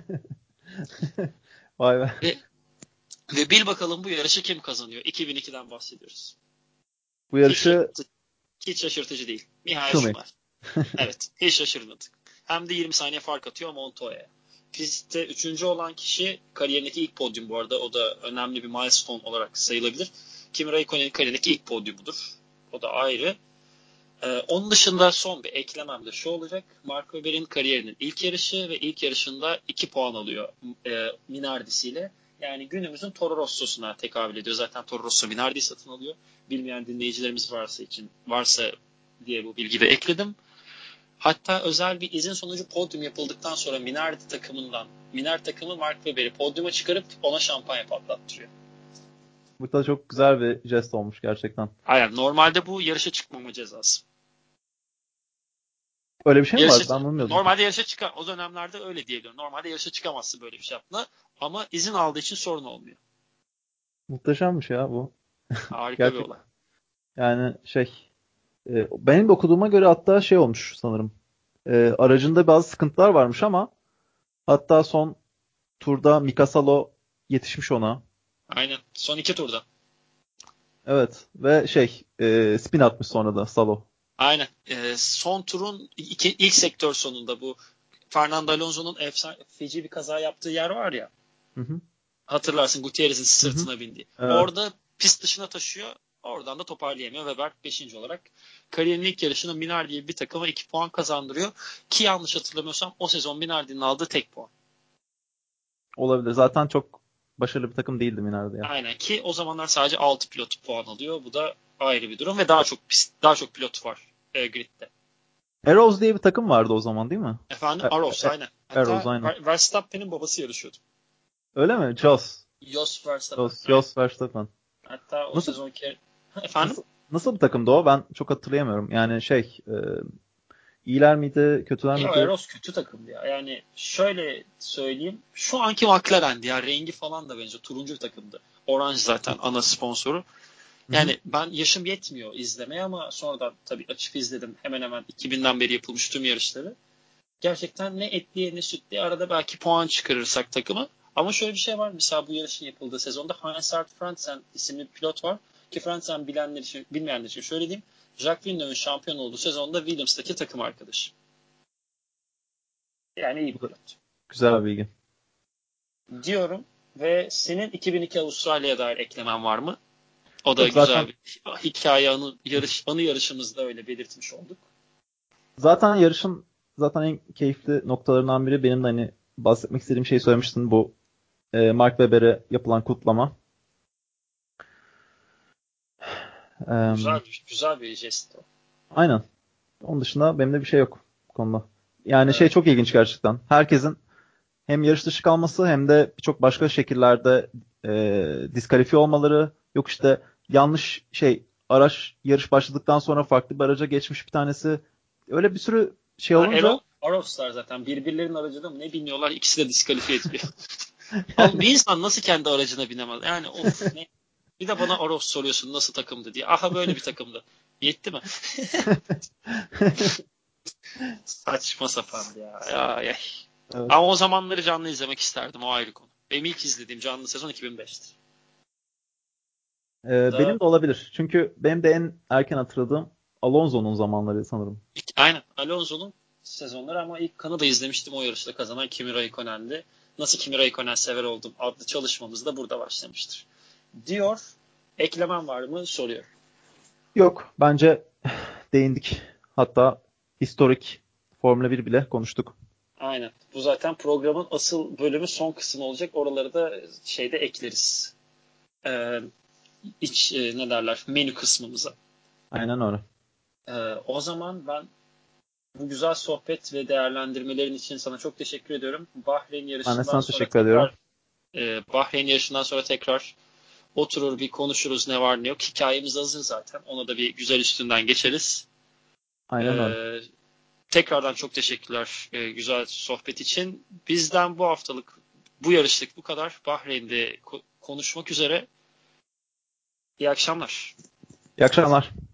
Vay be. Ve, ve bil bakalım bu yarışı kim kazanıyor? iki bin ikiden bahsediyoruz. Bu Hiç yarışı şaşırtıcı, hiç şaşırtıcı değil. Michael Schumacher. Schumacher. Evet, hiç şaşırmadık. Hem de yirmi saniye fark atıyor Montoya'ya. Pistte üçüncü olan kişi, kariyerindeki ilk podyum bu arada. O da önemli bir milestone olarak sayılabilir. Kimi Räikkönen'in kariyerindeki ilk podyumudur. O da ayrı. Ee, onun dışında son bir eklemem de şu olacak. Mark Webber'in kariyerinin ilk yarışı ve ilk yarışında iki puan alıyor e, Minardisi'yle. Yani günümüzün Toro Rosso'suna tekabül ediyor. Zaten Toro Rosso Minardi'yi satın alıyor. Bilmeyen dinleyicilerimiz varsa için varsa diye bu bilgiyi de ekledim. Hatta özel bir izin sonucu podyum yapıldıktan sonra Minardi takımından Minardi takımı Mark Webber'i podyuma çıkarıp ona şampanya patlattırıyor. Bu da çok güzel bir jest olmuş gerçekten. Aynen. Normalde bu yarışa çıkmama cezası. Öyle bir şey mi Yarışa, var? Ben bunu bilmiyordum. normalde yarışa çıkar. O dönemlerde öyle diyebiliyorum. Normalde yarışa çıkamazsın böyle bir şey yaptığında. Ama izin aldığı için sorun olmuyor. Muhteşemmiş ya bu. Harika bir Gerçek. olay. Yani şey e, benim de okuduğuma göre hatta şey olmuş sanırım. E, aracında bazı sıkıntılar varmış ama hatta son turda Mika Salo yetişmiş ona. Aynen. Son iki turda. Evet ve şey e, spin atmış sonra da Salo. Aynen. Ee, son turun iki, ilk sektör sonunda bu Fernando Alonso'nun efsane, feci bir kaza yaptığı yer var ya. Hı hı. Hatırlarsın Gutierrez'in Hı hı. sırtına bindiği. Evet. Orada pist dışına taşıyor. Oradan da toparlayamıyor. Weber beşinci olarak kariyerin ilk yarışını Minardi'ye bir takıma iki puan kazandırıyor. Ki yanlış hatırlamıyorsam o sezon Minardi'nin aldığı tek puan. Olabilir. Zaten çok başarılı bir takım değildi Minardi ya. Aynen ki o zamanlar sadece altı pilot puan alıyor. Bu da ayrı bir durum ve daha çok pist, daha çok pilot var e, gridde. Arrows diye bir takım vardı o zaman değil mi? Efendim E, Aros e, aynen. Arrows Hatta aynen. Verstappen'in babası yarışıyordu. Öyle mi? Jos. Jos Verstappen. Jos, Aynen. Jos Verstappen. Hatta o Nasıl sezonki efendim nasıl nasıl bir takımdı o? Ben çok hatırlayamıyorum. Yani şey e, iyiler miydi, kötüler ya miydi? Eros kötü takımdı ya. Yani şöyle söyleyeyim. Şu anki McLaren'di ya. Rengi falan da benziyor. Turuncu bir takımdı. Orange zaten ana sponsoru. Hı hı. Yani ben yaşım yetmiyor izlemeye ama sonradan tabii açıp izledim. Hemen hemen iki binden beri yapılmış tüm yarışları. Gerçekten ne etliye ne sütliye arada belki puan çıkarırsak takımı. Ama şöyle bir şey var. Mesela bu yarışın yapıldığı sezonda Heinz-Hardt Frentzen isimli bir pilot var. Ki Frentzen bilenler için, bilmeyenler için şöyle diyeyim. Jacques Villeneuve'ün şampiyon olduğu sezonda Williams'taki takım arkadaşı. Yani iyi bir Bu da pilot. güzel bir bilgi. Diyorum ve senin iki bin iki Avustralya'ya dair eklemen var mı? O da Yok güzel zaten bir hikaye anı, yarış, anı yarışımızda öyle belirtmiş olduk. zaten yarışın zaten en keyifli noktalarından biri benim de hani bahsetmek istediğim şeyi söylemiştin bu e, Mark Webber'e yapılan kutlama. E, Güzel, güzel bir jest o. aynen. Onun dışında benim de bir şey yok bu konuda. Yani şey Evet. çok ilginç gerçekten. Herkesin hem yarış dışı kalması hem de birçok başka şekillerde e, diskalifiye olmaları. Yok işte yanlış şey araç yarış başladıktan sonra farklı bir araca geçmiş bir tanesi. Öyle bir sürü şey Ha, olunca Erol Aroslar zaten birbirlerinin aracına mı ne biniyorlar ikisi de diskalifiye ediliyor. Ama bir insan nasıl kendi aracına binemez? Yani of ne? Bir de bana Aros soruyorsun nasıl takımdı diye. Aha böyle bir takımdı. Yetti mi? Saçma sapandı ya. Ya, ya. evet. Ama o zamanları canlı izlemek isterdim. O ayrı konu. Benim ilk izlediğim canlı sezon iki bin beşti. E, Da benim de olabilir. Çünkü benim de en erken hatırladığım Alonso'nun zamanları sanırım. ilk, aynen Alonso'nun sezonları ama ilk Kanada izlemiştim o yarışta kazanan Kimi Raikkonen'di. Nasıl Kimi Raikkonen sever oldum adlı çalışmamız da burada başlamıştır. Diyor, eklemen var mı soruyor. Yok bence değindik. Hatta historik Formula bir bile konuştuk. Aynen. Bu zaten programın asıl bölümü son kısmı olacak. Oraları da şeyde ekleriz. Ee, iç e, ne derler menü kısmımıza. Aynen öyle. Ee, o zaman ben bu güzel sohbet ve değerlendirmelerin için sana çok teşekkür ediyorum. Bahreyn Ben de yarışından sana sonra teşekkür ediyorum. tekrar e, Bahreyn yarışından sonra tekrar oturur bir konuşuruz ne var ne yok. Hikayemiz hazır zaten. Ona da bir güzel üstünden geçeriz. Aynen öyle. Ee, tekrardan çok teşekkürler e, güzel sohbet için. Bizden bu haftalık bu yarışlık bu kadar. Bahreyn'de ko- konuşmak üzere. İyi akşamlar. İyi akşamlar.